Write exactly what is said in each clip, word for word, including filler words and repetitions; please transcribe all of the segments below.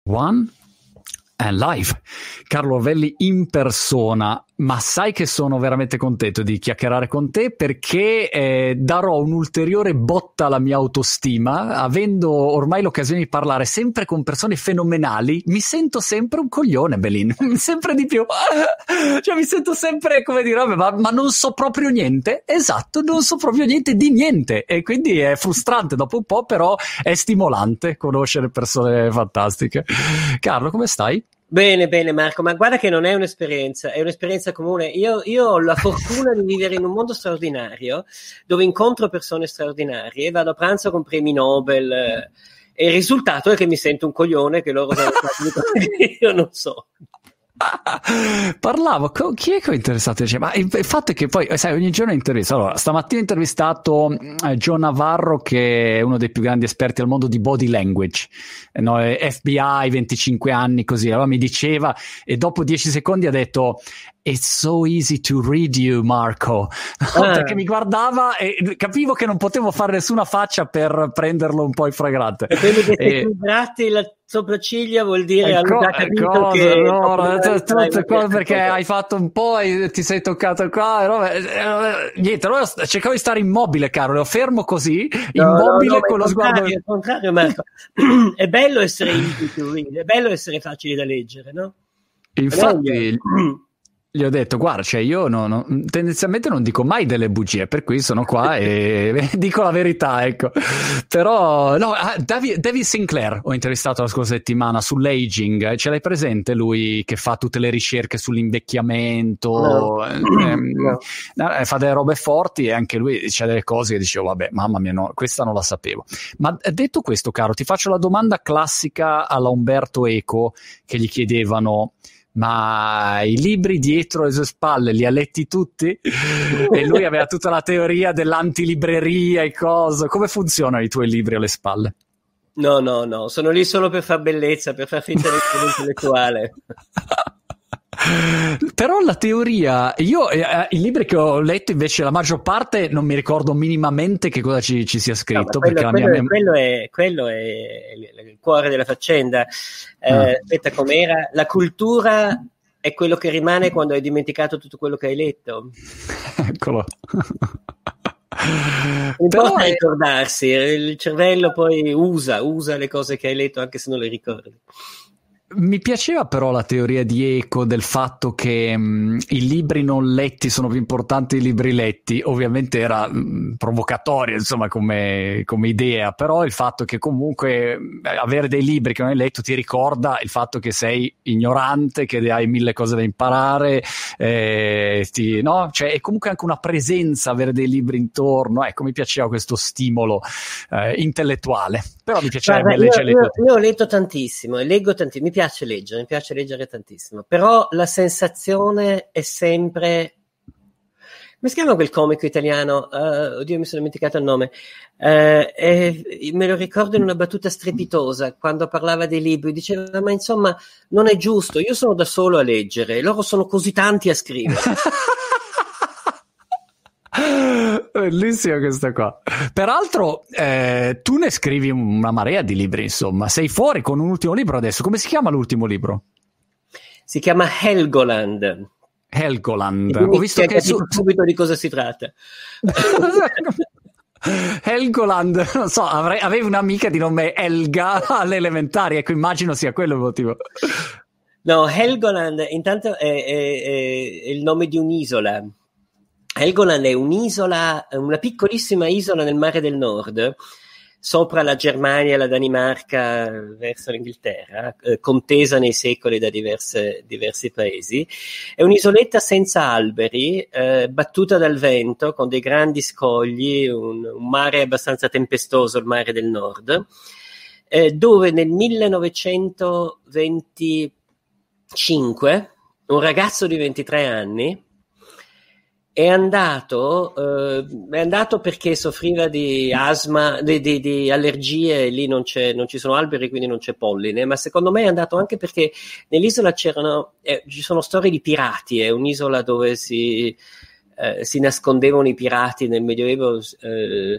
One and live. Carlo Rovelli in persona, ma sai che sono veramente contento di chiacchierare con te perché eh, darò un'ulteriore botta alla mia autostima, avendo ormai l'occasione di parlare sempre con persone fenomenali. Mi sento sempre un coglione, Belin, sempre di più, cioè mi sento sempre come dire ma, ma non so proprio niente, esatto, non so proprio niente di niente, e quindi è frustrante dopo un po', però è stimolante conoscere persone fantastiche. Carlo, come stai? Bene, bene Marco, ma guarda che non è un'esperienza, è un'esperienza comune. Io, io ho la fortuna di vivere in un mondo straordinario, dove incontro persone straordinarie, vado a pranzo con premi Nobel, eh, e il risultato è che mi sento un coglione che loro sono stati, io non so. Parlavo con chi è che ho interessato, dice, ma il, il fatto è che poi sai ogni giorno intervisto. Allora stamattina ho intervistato eh, Joe Navarro, che è uno dei più grandi esperti al mondo di body language, eh, no, F B I, venticinque anni così. Allora mi diceva, e dopo dieci secondi ha detto "It's so easy to read you, Marco", ah. Perché mi guardava e capivo che non potevo fare nessuna faccia per prenderlo un po' in flagrante. E quindi che se tu gratti la sopracciglia vuol dire ecco, hanno già capito cosa, che no, tutte cose perché hai fatto un po' e ti sei toccato qua, no, eh, niente, allora cercavo di stare immobile, caro, lo fermo così, no, immobile, no, no, con lo sguardo. Al contrario, Marco, è bello essere easy to read, è bello essere facili da leggere, no? Infatti gli ho detto, guarda, cioè io no, no, tendenzialmente non dico mai delle bugie, per cui sono qua e dico la verità, ecco. Però no, David, David Sinclair ho intervistato la scorsa settimana sull'aging, ce l'hai presente lui che fa tutte le ricerche sull'invecchiamento, no. ehm, no. fa delle robe forti, e anche lui dice delle cose che dicevo vabbè, mamma mia, no, questa non la sapevo. Ma detto questo, caro, ti faccio la domanda classica alla Umberto Eco, che gli chiedevano: ma i libri dietro le sue spalle li ha letti tutti? E lui aveva tutta la teoria dell'antilibreria e cosa. Come funzionano i tuoi libri alle spalle? No, no, no, sono lì solo per far bellezza, per far finta di essere intellettuale. Però la teoria, io eh, i libri che ho letto invece la maggior parte non mi ricordo minimamente che cosa ci, ci sia scritto, no, quello, perché quello, la mia mem- quello, è, quello è il cuore della faccenda. eh, ah. Aspetta, com'era? La cultura è quello che rimane quando hai dimenticato tutto quello che hai letto. Eccolo. Non importa è... ricordarsi, il cervello poi usa usa le cose che hai letto anche se non le ricordi. Mi piaceva però la teoria di Eco del fatto che mh, i libri non letti sono più importanti dei libri letti. Ovviamente era mh, provocatorio, insomma, come, come idea, però il fatto che comunque beh, avere dei libri che non hai letto ti ricorda il fatto che sei ignorante, che hai mille cose da imparare, eh, ti, no? Cioè è comunque anche una presenza avere dei libri intorno. Ecco, mi piaceva questo stimolo eh, intellettuale, però mi piaceva leggere. Io, io, io ho letto tantissimo e leggo tantissimo. Mi piace leggere, mi piace leggere tantissimo, però la sensazione è sempre... Come si chiama quel comico italiano? Uh, oddio, mi sono dimenticato il nome. Uh, e me lo ricordo in una battuta strepitosa, quando parlava dei libri, diceva, ma insomma, non è giusto, io sono da solo a leggere, loro sono così tanti a scrivere. Bellissima questa qua. Peraltro eh, tu ne scrivi una marea di libri, insomma, sei fuori con un ultimo libro adesso. Come si chiama l'ultimo libro? Si chiama Helgoland. Helgoland. Ho visto che su... subito di cosa si tratta. Helgoland, non so, avrei, avevi un'amica di nome Helga alle elementari, ecco, immagino sia quello il motivo. No, Helgoland intanto è, è, è il nome di un'isola. Helgoland è un'isola, una piccolissima isola nel mare del nord, sopra la Germania e la Danimarca verso l'Inghilterra, eh, contesa nei secoli da diverse, diversi paesi. È un'isoletta senza alberi, eh, battuta dal vento, con dei grandi scogli, un, un mare abbastanza tempestoso, il mare del nord, eh, dove nel millenovecentoventicinque un ragazzo di ventitré anni è andato, eh, è andato perché soffriva di asma, di, di, di allergie, lì non, c'è, non ci sono alberi, quindi non c'è polline, ma secondo me è andato anche perché nell'isola c'erano, eh, ci sono storie di pirati, è un'isola dove si, eh, si nascondevano i pirati nel Medioevo, eh,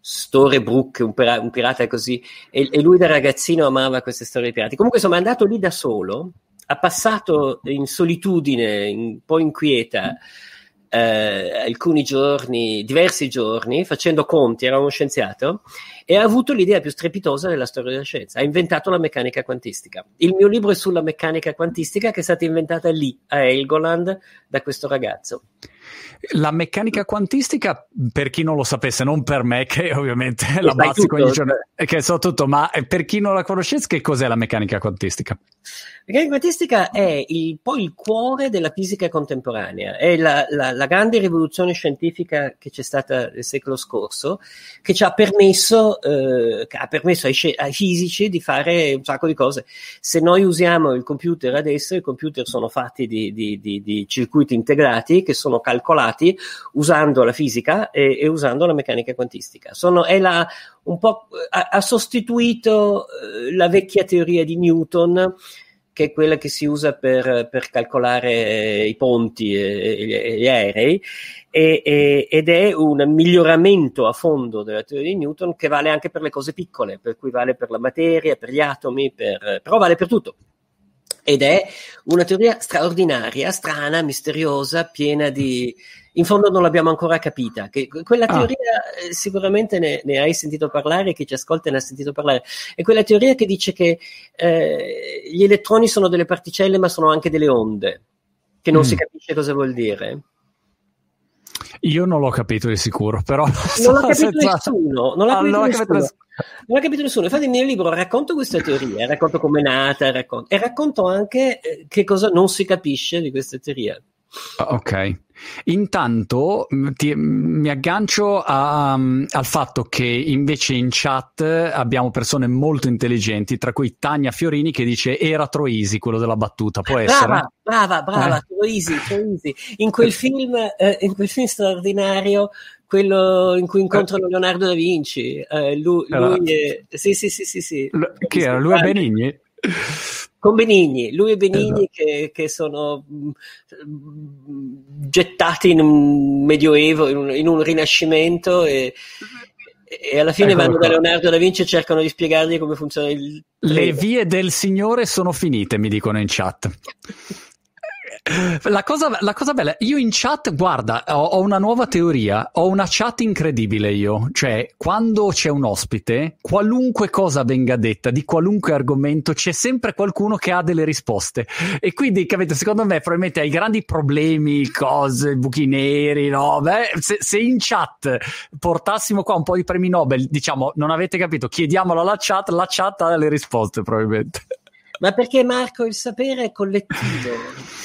Storybrooke, un, pira- un pirata così, e, e lui da ragazzino amava queste storie di pirati. Comunque insomma è andato lì da solo, ha passato in solitudine, un po' inquieta, eh, alcuni giorni, diversi giorni, facendo conti, era uno scienziato, e ha avuto l'idea più strepitosa della storia della scienza, ha inventato la meccanica quantistica. Il mio libro è sulla meccanica quantistica, che è stata inventata lì, a Helgoland, da questo ragazzo. La meccanica quantistica, per chi non lo sapesse, non per me, che ovviamente la bazzico ogni giorno, che so tutto, ma per chi non la conoscesse, che cos'è la meccanica quantistica? La meccanica quantistica è il, poi il cuore della fisica contemporanea, è la, la, la grande rivoluzione scientifica che c'è stata nel secolo scorso, che ci ha permesso, eh, che ha permesso ai, ai fisici di fare un sacco di cose. Se noi usiamo il computer adesso, i computer sono fatti di, di, di, di circuiti integrati che sono calcolati usando la fisica e, e usando la meccanica quantistica. Sono, è la, un po', ha, ha sostituito eh, la vecchia teoria di Newton, che è quella che si usa per, per calcolare i ponti e, e gli aerei, e, e, ed è un miglioramento a fondo della teoria di Newton, che vale anche per le cose piccole, per cui vale per la materia, per gli atomi, per, però vale per tutto. Ed è una teoria straordinaria, strana, misteriosa, piena di... In fondo non l'abbiamo ancora capita. Che quella teoria, ah. sicuramente ne, ne hai sentito parlare, chi ci ascolta ne ha sentito parlare. È quella teoria che dice che eh, gli elettroni sono delle particelle, ma sono anche delle onde, che non mm. si capisce cosa vuol dire. Io non l'ho capito di sicuro, però... Non l'ha capito senza... nessuno. Non l'ha capito, ah, nessuno. Capito... non l'ha capito nessuno. Infatti nel mio libro racconto questa teoria, racconto come è nata, racconto... e racconto anche eh, che cosa non si capisce di questa teoria. Ok, intanto ti, mi aggancio a, al fatto che invece in chat abbiamo persone molto intelligenti, tra cui Tania Fiorini che dice era Troisi quello della battuta, può brava, essere? Brava, brava, eh? Troisi, Troisi. In quel film, eh, in quel film straordinario, quello in cui incontrano Leonardo da Vinci, eh, lui, lui è... sì, sì, sì, sì, sì. L- chi era? Lui è Benigni? Con Benigni, lui e Benigni che, che sono mh, gettati in un medioevo, in un, in un rinascimento e, e alla fine Eccolo vanno qua. da Leonardo da Vinci e cercano di spiegargli come funziona il treno. Le vie del Signore sono finite, mi dicono in chat. La cosa, la cosa bella, io in chat, guarda, ho, ho una nuova teoria, ho una chat incredibile io, cioè quando c'è un ospite, qualunque cosa venga detta, di qualunque argomento, c'è sempre qualcuno che ha delle risposte, e quindi capite, secondo me probabilmente ai grandi problemi, cose, buchi neri, no? Beh, se, se in chat portassimo qua un po' di premi Nobel, diciamo, non avete capito, chiediamolo alla chat, la chat ha le risposte probabilmente. Ma perché Marco, il sapere è collettivo.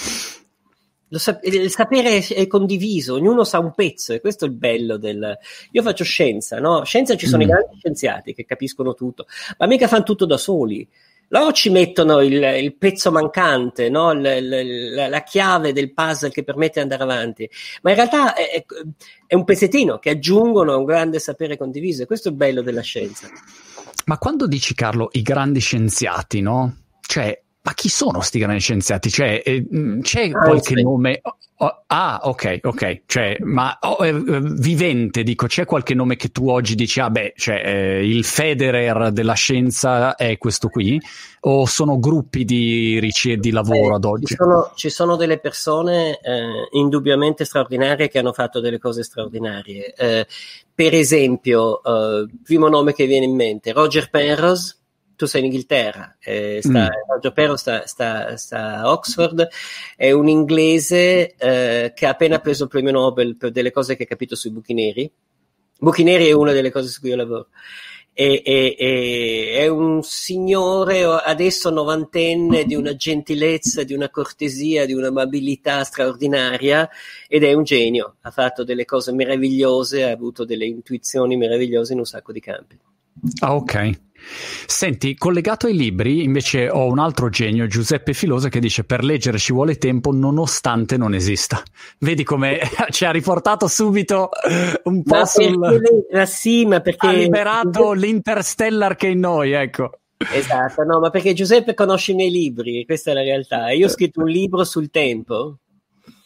Lo sap- il sapere è condiviso, ognuno sa un pezzo, e questo è il bello del... Io faccio scienza, no? Scienza ci sono mm. i grandi scienziati che capiscono tutto, ma mica fanno tutto da soli. Loro ci mettono il, il pezzo mancante, no? l, l, la, la chiave del puzzle che permette di andare avanti, ma in realtà è, è un pezzettino che aggiungono a un grande sapere condiviso, e questo è il bello della scienza. Ma quando dici, Carlo, i grandi scienziati, no? Cioè, ma chi sono sti grandi scienziati? Cioè, eh, c'è qualche ah, nome? Oh, oh, ah, ok, ok. Cioè, ma oh, eh, vivente, dico, c'è qualche nome che tu oggi dici, ah beh, cioè, eh, il Federer della scienza è questo qui? O sono gruppi di ricerca, di lavoro eh, ad oggi? Ci sono, ci sono delle persone eh, indubbiamente straordinarie che hanno fatto delle cose straordinarie. Eh, per esempio, eh, il primo nome che viene in mente, Roger Penrose. Tu sei in Inghilterra, eh, sta, mm. Roger Penrose sta, sta, sta a Oxford, è un inglese eh, che ha appena preso il premio Nobel per delle cose che ha capito sui buchi neri. Buchi neri è una delle cose su cui io lavoro. E, e, e, è un signore adesso novantenne di una gentilezza, di una cortesia, di un'amabilità straordinaria, ed è un genio. Ha fatto delle cose meravigliose, ha avuto delle intuizioni meravigliose in un sacco di campi. Ah, ok. Senti, collegato ai libri invece ho un altro genio, Giuseppe Filosa, che dice per leggere ci vuole tempo nonostante non esista. Vedi come ci ha riportato subito un po' ma sul... Ma sì, ma perché... ha liberato l'interstellar che è in noi, ecco. Esatto, no, ma perché Giuseppe conosce i miei libri, questa è la realtà. Io ho scritto un libro sul tempo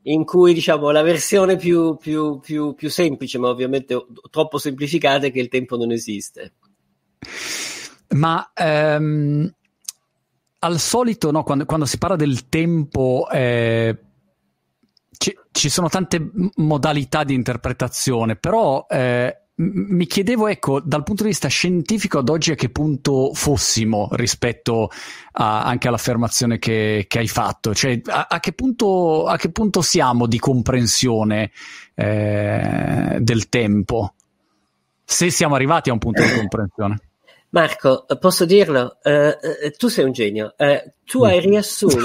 in cui diciamo la versione più, più, più, più semplice, ma ovviamente troppo semplificata, è che il tempo non esiste. Ma ehm, al solito, no, quando, quando si parla del tempo, eh, ci, ci sono tante modalità di interpretazione, però eh, mi chiedevo, ecco, dal punto di vista scientifico ad oggi a che punto fossimo rispetto a, anche all'affermazione che, che hai fatto, cioè a, a, che punto, a che punto siamo di comprensione eh, del tempo, se siamo arrivati a un punto di comprensione. Marco, posso dirlo? Uh, uh, tu sei un genio. Uh, tu hai riassunto.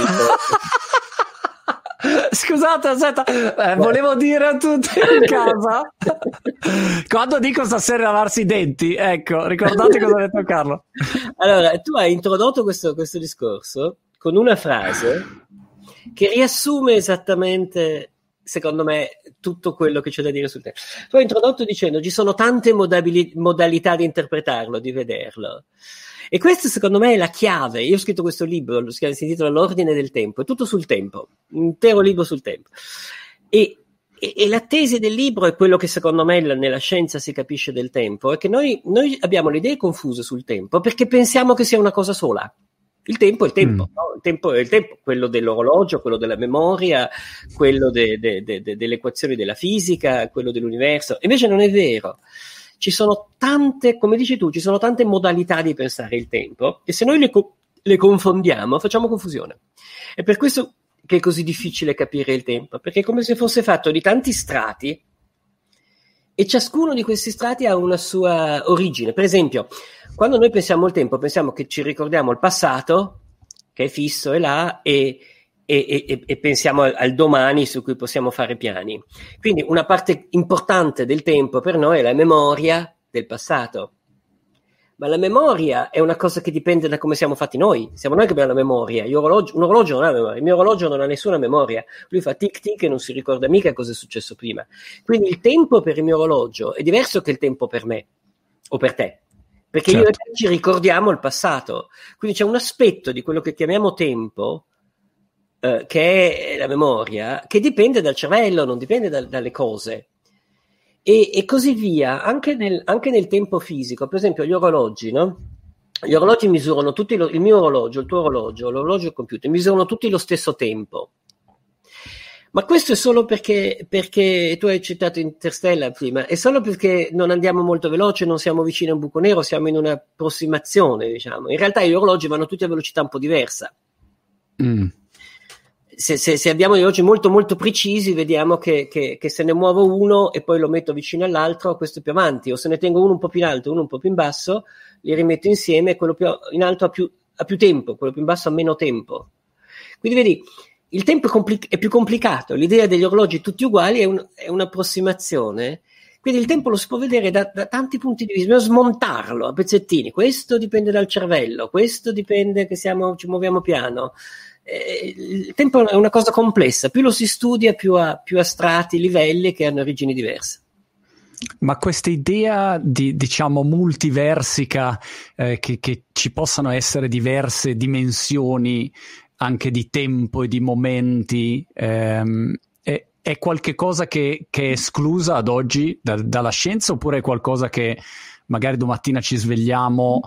Scusate, aspetta, eh, volevo dire a tutti in casa quando dico stasera lavarsi i denti, ecco, ricordate cosa ha detto Carlo. Allora, tu hai introdotto questo, questo discorso con una frase che riassume esattamente, secondo me, tutto quello che c'è da dire sul tempo. Tu hai introdotto dicendo ci sono tante modali- modalità di interpretarlo, di vederlo. E questo secondo me è la chiave. Io ho scritto questo libro, si intitola L'ordine del tempo, è tutto sul tempo, un intero libro sul tempo. E, e, e la tesi del libro è quello che secondo me nella scienza si capisce del tempo, è che noi, noi abbiamo le idee confuse sul tempo perché pensiamo che sia una cosa sola. Il tempo è il tempo, mm. no? Il tempo è il tempo, quello dell'orologio, quello della memoria, quello de, de, de, de, delle equazioni della fisica, quello dell'universo. Invece non è vero. Ci sono tante, come dici tu, ci sono tante modalità di pensare il tempo e se noi le, co- le confondiamo facciamo confusione. È per questo che è così difficile capire il tempo, perché è come se fosse fatto di tanti strati e ciascuno di questi strati ha una sua origine. Per esempio, quando noi pensiamo al tempo, pensiamo che ci ricordiamo il passato, che è fisso, è là, e E, e, e pensiamo al, al domani su cui possiamo fare piani. Quindi una parte importante del tempo per noi è la memoria del passato. Ma la memoria è una cosa che dipende da come siamo fatti noi. Siamo noi che abbiamo la memoria. Gli orologi, un orologio non ha memoria. Il mio orologio non ha nessuna memoria. Lui fa tic tic e non si ricorda mica cosa è successo prima. Quindi il tempo per il mio orologio è diverso che il tempo per me o per te. Perché certo. Io e te ci ricordiamo il passato. Quindi c'è un aspetto di quello che chiamiamo tempo, Uh, che è la memoria, che dipende dal cervello, non dipende da, dalle cose e, e così via, anche nel, anche nel tempo fisico. Per esempio gli orologi, no? Gli orologi misurano tutti lo, il mio orologio, il tuo orologio, l'orologio del computer, misurano tutti lo stesso tempo, ma questo è solo perché, perché tu hai citato Interstellar prima, è solo perché non andiamo molto veloce, non siamo vicini a un buco nero, siamo in un'approssimazione, diciamo. In realtà gli orologi vanno tutti a velocità un po' diversa. mm. Se, se, se abbiamo gli orologi molto molto precisi, vediamo che, che, che se ne muovo uno e poi lo metto vicino all'altro, questo è più avanti, o se ne tengo uno un po' più in alto e uno un po' più in basso, li rimetto insieme e quello più in alto ha più, ha più tempo, quello più in basso ha meno tempo. Quindi vedi, il tempo è, compli- è più complicato, l'idea degli orologi tutti uguali è, un, è un'approssimazione, quindi il tempo lo si può vedere da, da tanti punti di vista, bisogna smontarlo a pezzettini, questo dipende dal cervello, questo dipende che siamo, ci muoviamo piano. Il tempo è una cosa complessa, più lo si studia più ha, più ha strati, livelli che hanno origini diverse. Ma questa idea di, diciamo, multiversica, eh, che, che ci possano essere diverse dimensioni anche di tempo e di momenti, ehm, è, è qualche cosa che, che è esclusa ad oggi da, dalla scienza, oppure è qualcosa che magari domattina ci svegliamo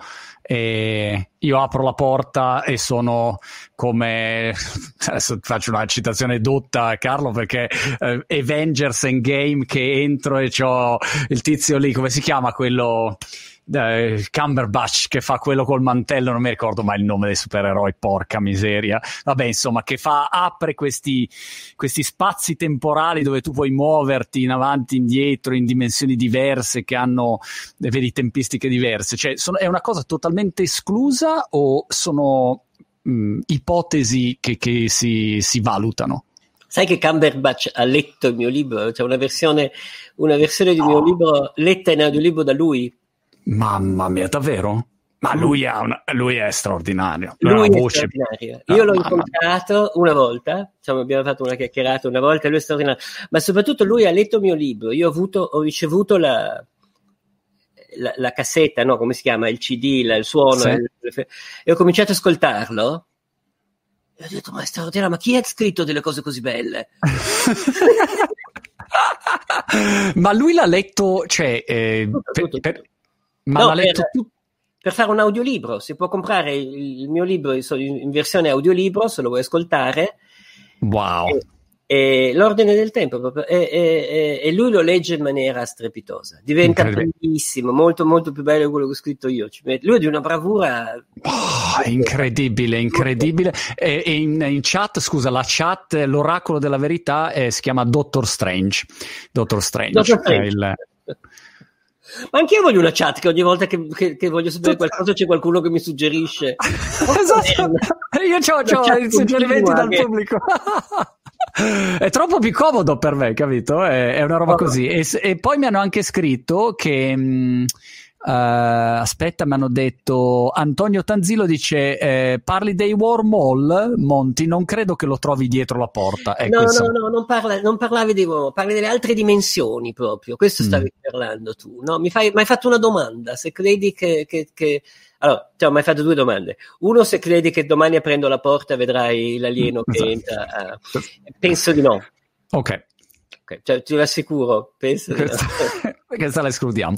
e io apro la porta e sono come, adesso faccio una citazione dotta, Carlo, perché eh, Avengers Endgame, che entro e c'ho il tizio lì, come si chiama quello, eh, Cumberbatch, che fa quello col mantello, non mi ricordo mai il nome dei supereroi, porca miseria, vabbè, insomma, che fa, apre questi questi spazi temporali dove tu puoi muoverti in avanti, indietro, in dimensioni diverse che hanno, vedi, tempistiche diverse, cioè sono, è una cosa totalmente esclusa o sono mh, ipotesi che, che si, si valutano? Sai che Cumberbatch ha letto il mio libro? C'è cioè una versione una versione del oh. mio libro letta in audiolibro da lui. Mamma mia, davvero? Ma lui, ha una, lui è straordinario. Lui, lui è è voce... straordinario. Io oh, l'ho incontrato una volta, diciamo, abbiamo fatto una chiacchierata una volta, lui è straordinario. Ma soprattutto lui ha letto il mio libro. Io ho avuto, ho ricevuto la, la, la cassetta, no? Come si chiama? Il C D, la, il suono. Sì. Il, e ho cominciato ad ascoltarlo. E ho detto, ma è straordinario, ma chi ha scritto delle cose così belle? Ma lui l'ha letto, cioè, eh, tutto, per, tutto, per, tutto. ma No, l'ha letto per, tu? per fare un audiolibro. Si può comprare il, il mio libro in versione audiolibro, se lo vuoi ascoltare. Wow. E, e L'ordine del tempo proprio, e, e, e lui lo legge in maniera strepitosa, diventa bellissimo, molto molto più bello di quello che ho scritto io. Lui è di una bravura oh, incredibile, incredibile. E, e in, in chat, scusa, la chat, l'oracolo della verità eh, si chiama Doctor Strange. Doctor Strange, Doctor Strange. È il... Ma anche io voglio una chat, che ogni volta che, che, che voglio sapere qualcosa c'è qualcuno che mi suggerisce. Esatto, io ho i suggerimenti dal che... pubblico. È troppo più comodo per me, capito? È, è una roba oh. così. E, e poi mi hanno anche scritto che mh, uh, aspetta, mi hanno detto Antonio Tanzilo dice eh, parli dei wormhole, Monti, non credo che lo trovi dietro la porta. Ecco, no, insomma. no, no, non, parla, non parlavi dei wormhole, parli delle altre dimensioni proprio. Questo stavi mm. parlando tu, no? Mi fai, mi hai fatto una domanda, se credi che... che, che... Allora, ti ho mai fatto due domande. Uno, se credi che domani aprendo la porta vedrai l'alieno che entra. Uh, penso di no. Ok. okay. Cioè, ti lo assicuro. Penso di no. Questa la escludiamo.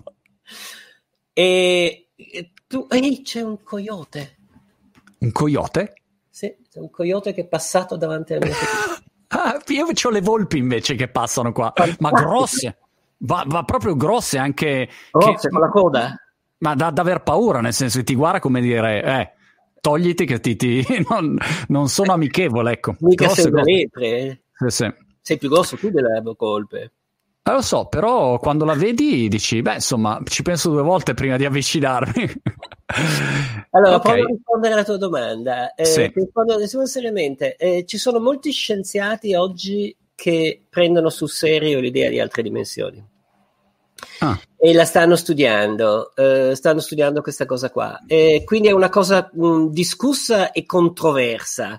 E tu... Ehi, c'è un coyote. Un coyote? Sì, c'è un coyote che è passato davanti alla mia ah, io ho le volpi invece che passano qua. Ah, ma grosse. Va, va proprio grosse anche... Grosse, che... con la coda. Ma da, da aver paura, nel senso che ti guarda come dire, eh, togliti che ti, ti non, non sono amichevole, ecco. Mica sei una lepre. Sì, sì. Sei più grosso tu delle colpe. Eh, lo so, però quando la vedi dici, beh, insomma, ci penso due volte prima di avvicinarmi. Allora, okay. Provo a rispondere alla tua domanda. Eh, sì. Rispondo seriamente. Eh, ci sono molti scienziati oggi che prendono sul serio l'idea di altre dimensioni. Ah. E la stanno studiando, eh, stanno studiando questa cosa qua. E quindi è una cosa mh, discussa e controversa.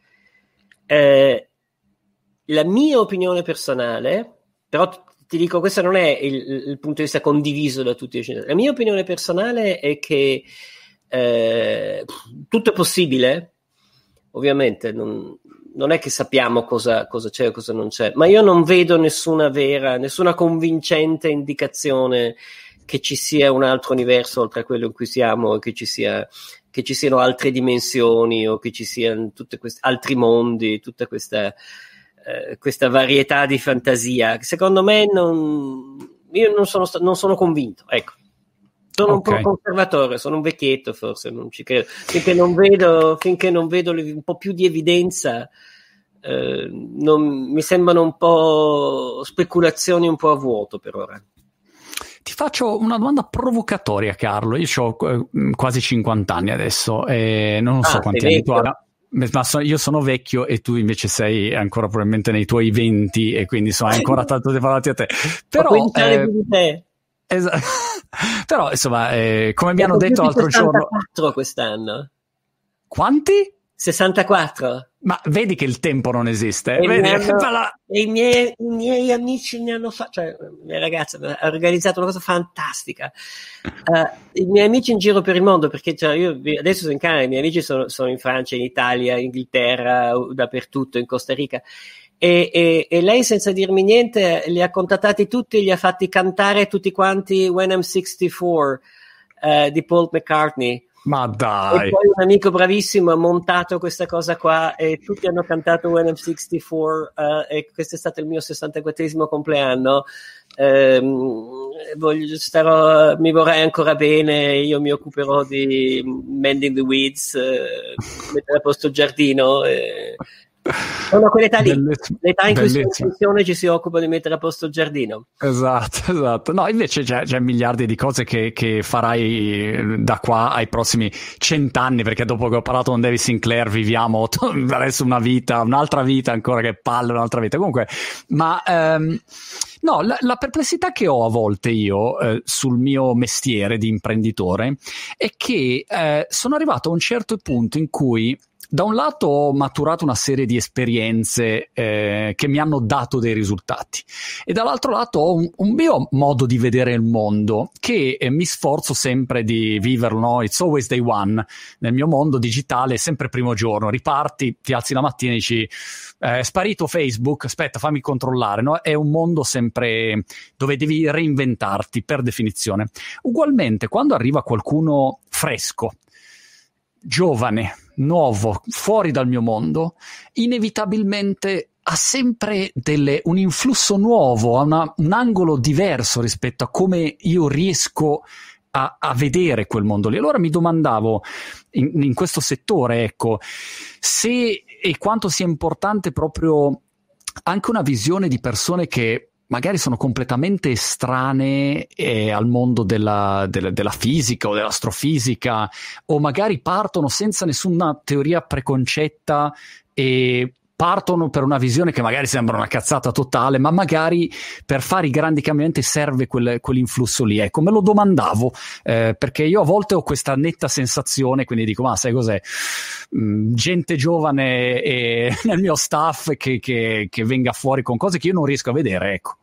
Eh, la mia opinione personale, però ti dico, questo non è il, il punto di vista condiviso da tutti i scienziati. La mia opinione personale è che eh, tutto è possibile, ovviamente, non, non è che sappiamo cosa, cosa c'è o cosa non c'è, ma io non vedo nessuna vera, nessuna convincente indicazione che ci sia un altro universo oltre a quello in cui siamo, che ci sia, che ci siano altre dimensioni o che ci siano tutti questi altri mondi, tutta questa, eh, questa varietà di fantasia. Secondo me non, io non sono, non sono convinto, ecco. Sono okay. un po' conservatore, sono un vecchietto forse, non ci credo. Finché non vedo, finché non vedo un po' più di evidenza, eh, non, mi sembrano un po' speculazioni un po' a vuoto per ora. Ti faccio una domanda provocatoria, Carlo. Io ho quasi cinquanta anni adesso e non ah, so quanti anni tu hai. Ma so, io sono vecchio e tu invece sei ancora probabilmente nei tuoi venti e quindi sono ancora tanto separati a te. Però, ho quindici anni più di te. Esatto. Però insomma, eh, come mi hanno detto l'altro giorno, sessantaquattro quest'anno. Quanti? sessantaquattro. Ma vedi che il tempo non esiste. E, vedi? Hanno, la... e i, miei, i miei amici ne hanno fatto, cioè la mia ragazza ha organizzato una cosa fantastica. Uh, I miei amici in giro per il mondo, perché cioè, io adesso sono in Canada, i miei amici sono, sono in Francia, in Italia, in Inghilterra, dappertutto, in Costa Rica. E, e, e lei senza dirmi niente li ha contattati tutti, li ha fatti cantare tutti quanti When I'm sixty-four uh, di Paul McCartney. Ma dai! E poi un amico bravissimo ha montato questa cosa qua e tutti hanno cantato When I'm sixty-four uh, e questo è stato il mio sessantaquattresimo compleanno. Um, voglio, starò, mi vorrei ancora bene, io mi occuperò di mending the weeds, uh, mettere a posto il giardino. E... Sono quell'età lì, bellissimo, l'età in cui bellissimo. in pensione ci si occupa di mettere a posto il giardino. Esatto, esatto. No, invece c'è, c'è miliardi di cose che, che farai da qua ai prossimi cent'anni, perché dopo che ho parlato con David Sinclair viviamo adesso una vita, un'altra vita ancora, che palle, un'altra vita. Comunque, ma ehm, no, la, la perplessità che ho a volte io eh, sul mio mestiere di imprenditore è che eh, sono arrivato a un certo punto in cui da un lato ho maturato una serie di esperienze eh, che mi hanno dato dei risultati, e dall'altro lato ho un, un mio modo di vedere il mondo che eh, mi sforzo sempre di viverlo, no? It's always day one. Nel mio mondo digitale è sempre primo giorno, riparti, ti alzi la mattina e dici eh, è sparito Facebook, aspetta, fammi controllare, no? È un mondo sempre dove devi reinventarti per definizione. Ugualmente, quando arriva qualcuno fresco, giovane, nuovo, fuori dal mio mondo, inevitabilmente ha sempre delle, un influsso nuovo, ha una, un angolo diverso rispetto a come io riesco a, a vedere quel mondo lì. Allora mi domandavo in, in questo settore, ecco, se e quanto sia importante proprio anche una visione di persone che magari sono completamente estranee eh, al mondo della, della, della fisica o dell'astrofisica, o magari partono senza nessuna teoria preconcetta e partono per una visione che magari sembra una cazzata totale, ma magari per fare i grandi cambiamenti serve quel, quell'influsso lì. Ecco, me lo domandavo, eh, perché io a volte ho questa netta sensazione, quindi dico, ma sai cos'è? Mm, gente giovane e nel mio staff che, che, che venga fuori con cose che io non riesco a vedere, ecco.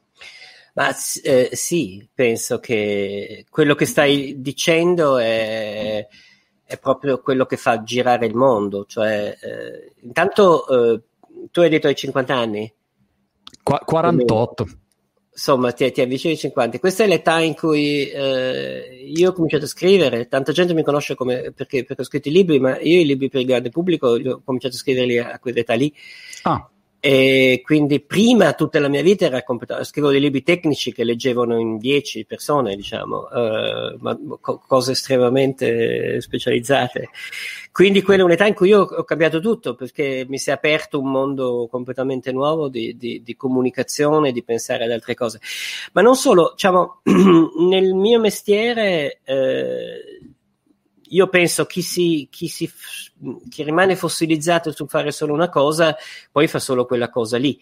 Ma eh, sì, penso che quello che stai dicendo è, è proprio quello che fa girare il mondo. Cioè, eh, intanto eh, tu hai detto ai cinquanta anni? Qu- quarantotto. Insomma, ti, ti avvicini ai cinquanta. Questa è l'età in cui eh, io ho cominciato a scrivere. Tanta gente mi conosce come, perché, perché ho scritto i libri, ma io i libri per il grande pubblico ho cominciato a scriverli a quell'età lì. Ah. E quindi prima tutta la mia vita era completamente, scrivevo dei libri tecnici che leggevano in dieci persone, diciamo, uh, ma co- cose estremamente specializzate. Quindi quella è un'età in cui io ho cambiato tutto, perché mi si è aperto un mondo completamente nuovo di, di, di comunicazione, di pensare ad altre cose. Ma non solo, diciamo, nel mio mestiere eh, io penso chi si, chi si chi rimane fossilizzato su fare solo una cosa, poi fa solo quella cosa lì.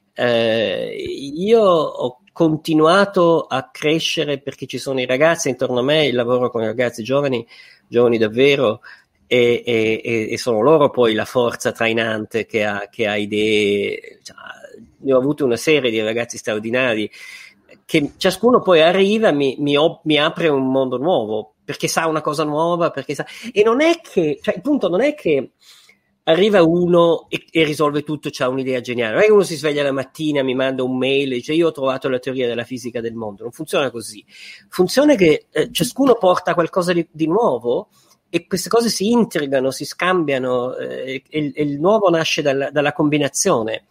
Eh, io ho continuato a crescere perché ci sono i ragazzi intorno a me, lavoro con i ragazzi giovani, giovani davvero, e, e, e sono loro poi la forza trainante che ha, che ha idee. Cioè, ne ho avuto una serie di ragazzi straordinari che ciascuno poi arriva, mi, mi, mi apre un mondo nuovo, perché sa una cosa nuova, perché sa, e non è che, cioè il punto non è che arriva uno e, e risolve tutto, c'ha un'idea geniale, non è che uno si sveglia la mattina, mi manda un mail e dice io ho trovato la teoria della fisica del mondo, non funziona così, funziona che eh, ciascuno porta qualcosa di, di nuovo e queste cose si intrigano, si scambiano, eh, e, e il nuovo nasce dalla, dalla combinazione.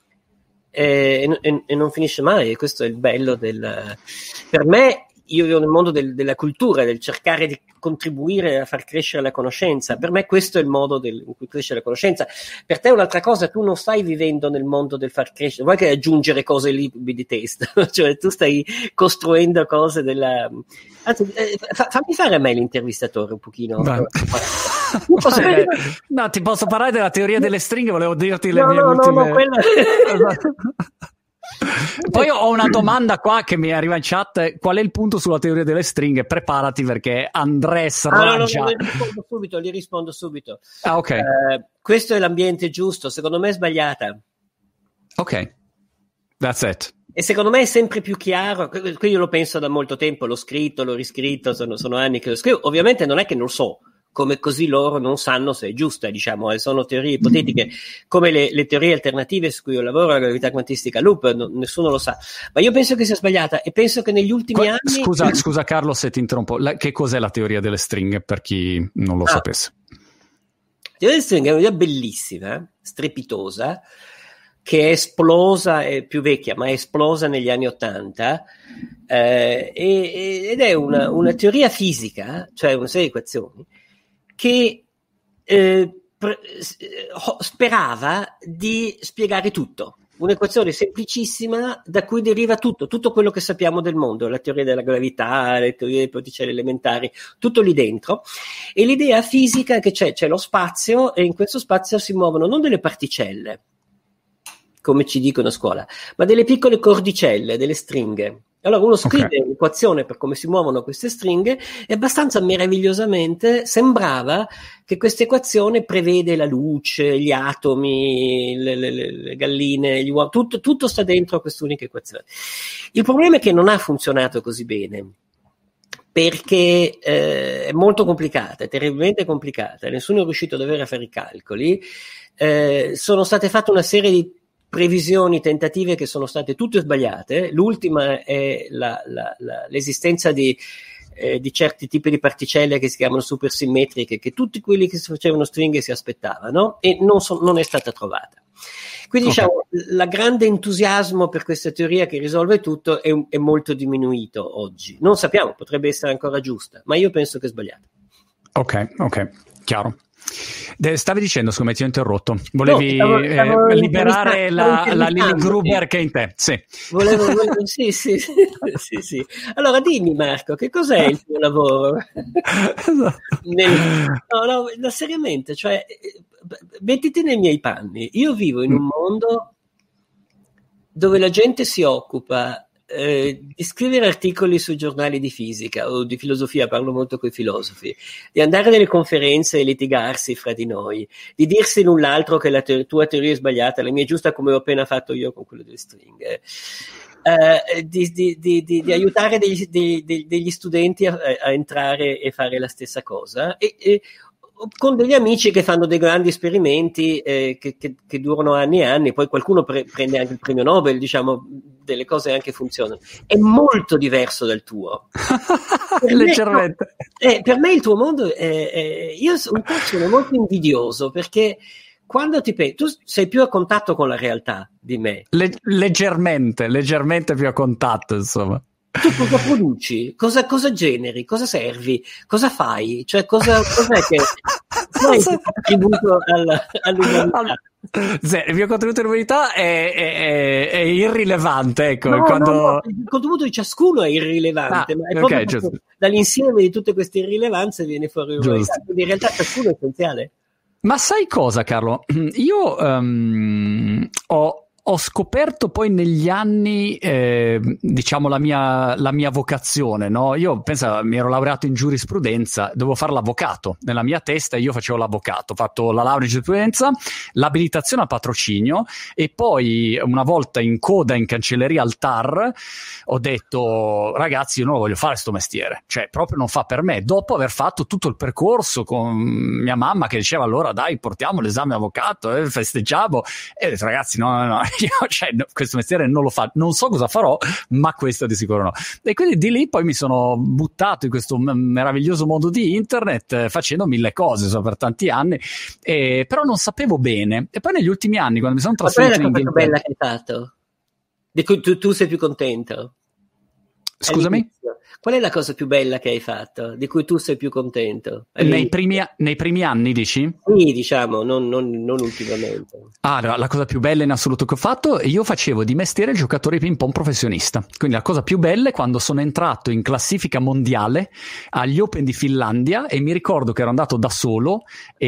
E, e, e non finisce mai, e questo è il bello del, per me. Io vivo nel mondo del, della cultura, del cercare di contribuire a far crescere la conoscenza. Per me questo è il modo del, in cui cresce la conoscenza. Per te è un'altra cosa, tu non stai vivendo nel mondo del far crescere, non è che aggiungere cose lì di testa, cioè tu stai costruendo cose della... Anzi, eh, fa, fammi fare a me l'intervistatore un pochino. Posso eh, no, ti posso parlare della teoria delle stringhe, volevo dirti le no, mie no, ultime... No, no, quella... Poi ho una domanda qua che mi arriva in chat: qual è il punto sulla teoria delle stringhe? Preparati perché Andres raggia. Ah, no, no, no, li rispondo subito, li rispondo subito. Ah, ok. Uh, questo è l'ambiente giusto, secondo me è sbagliata. Ok, that's it. E secondo me è sempre più chiaro, qui io lo penso da molto tempo, l'ho scritto, l'ho riscritto, sono, sono anni che lo scrivo, ovviamente non è che non so, come così loro non sanno se è giusta, diciamo, sono teorie ipotetiche, come le, le teorie alternative su cui io lavoro, la gravità quantistica loop, no, nessuno lo sa, ma io penso che sia sbagliata e penso che negli ultimi Qu- anni... Scusa, scusa Carlo se ti interrompo, la, che cos'è la teoria delle stringhe per chi non lo ah. sapesse? La teoria delle stringhe è un'idea bellissima, strepitosa, che è esplosa, è più vecchia, ma è esplosa negli anni Ottanta, eh, ed è una, una teoria fisica, cioè una serie di equazioni, che eh, pre- sperava di spiegare tutto. Un'equazione semplicissima da cui deriva tutto, tutto quello che sappiamo del mondo, la teoria della gravità, le teorie delle particelle elementari, tutto lì dentro. E l'idea fisica è che c'è, c'è lo spazio e in questo spazio si muovono non delle particelle, come ci dicono a scuola, ma delle piccole cordicelle, delle stringhe. Allora uno scrive Okay. un'equazione per come si muovono queste stringhe e abbastanza meravigliosamente sembrava che questa equazione prevede la luce, gli atomi, le, le, le galline, gli uomini, tutto, tutto sta dentro quest'unica equazione. Il problema è che non ha funzionato così bene, perché eh, è molto complicata, è terribilmente complicata, nessuno è riuscito davvero a fare i calcoli, eh, sono state fatte una serie di previsioni, tentative che sono state tutte sbagliate. L'ultima è la, la, la, l'esistenza di, eh, di certi tipi di particelle che si chiamano supersimmetriche, che tutti quelli che si facevano stringhe si aspettavano, e non, so, non è stata trovata. Quindi okay. diciamo, la grande entusiasmo per questa teoria che risolve tutto è, è molto diminuito oggi. Non sappiamo, potrebbe essere ancora giusta, ma io penso che è sbagliata. Ok, ok, chiaro. De, stavi dicendo, siccome ti ho interrotto, volevi no, stavo, stavo eh, liberare la, la Lily sì. Gruber che è in te. Sì. Volevo, volevo, sì, sì, sì, sì, sì. Allora dimmi Marco, che cos'è il tuo lavoro? Esatto. Nel, no, no, no, seriamente, cioè, mettiti nei miei panni. Io vivo in un mondo dove la gente si occupa Eh, di scrivere articoli sui giornali di fisica o di filosofia, parlo molto con i filosofi, di andare nelle conferenze e litigarsi fra di noi, di dirsi l'un l'altro che la te- tua teoria è sbagliata, la mia è giusta, come ho appena fatto io con quello delle stringhe, eh, di, di, di, di, di aiutare degli, degli, degli studenti a, a entrare e fare la stessa cosa, e, e con degli amici che fanno dei grandi esperimenti eh, che, che, che durano anni e anni, poi qualcuno pre- prende anche il premio Nobel, diciamo, delle cose anche funzionano. È molto diverso dal tuo. Per Leggermente. Me, eh, per me il tuo mondo è, è, io un po' sono molto invidioso, perché quando ti pensi, tu sei più a contatto con la realtà di me. Le- leggermente, leggermente più a contatto, insomma. Tu cosa produci? Cosa, cosa generi? Cosa servi? Cosa fai? Cioè, cosa, cos'è che qual è il tuo contributo alla, all'umanità? Sì, il mio contributo all'umanità è, è, è irrilevante, ecco. No, quando... no, no, il contributo di ciascuno è irrilevante, ah, ma è okay, proprio dall'insieme di tutte queste irrilevanze viene fuori l'umanità. Quindi in realtà ciascuno è essenziale. Ma sai cosa, Carlo? Io um, ho Ho scoperto poi negli anni, eh, diciamo, la mia, la mia vocazione, no? Io penso, mi ero laureato in giurisprudenza, dovevo fare l'avvocato. Nella mia testa io facevo l'avvocato, ho fatto la laurea in giurisprudenza, l'abilitazione al patrocinio, e poi una volta in coda in cancelleria al T A R ho detto: ragazzi, io non lo voglio fare sto mestiere, cioè proprio non fa per me. Dopo aver fatto tutto il percorso con mia mamma che diceva: allora dai, portiamo l'esame avvocato, e eh, festeggiamo, e ho detto: ragazzi, no, no, no. Io, cioè, no, questo mestiere non lo fa, non so cosa farò, ma questo di sicuro no. E quindi di lì poi mi sono buttato in questo meraviglioso mondo di internet, eh, facendo mille cose, so, per tanti anni, eh, però non sapevo bene. E poi negli ultimi anni, quando mi sono trasferito in Inghilterra, qual è la cosa più bella che hai fatto? Di cui tu, tu sei più contento? Scusami? All'inizio. Qual è la cosa più bella che hai fatto, di cui tu sei più contento? Nei primi, nei primi anni, dici? Sì, diciamo, non, non, non ultimamente. Ah, la cosa più bella in assoluto che ho fatto, io facevo di mestiere il giocatore di ping pong professionista. Quindi la cosa più bella è quando sono entrato in classifica mondiale agli Open di Finlandia, e mi ricordo che ero andato da solo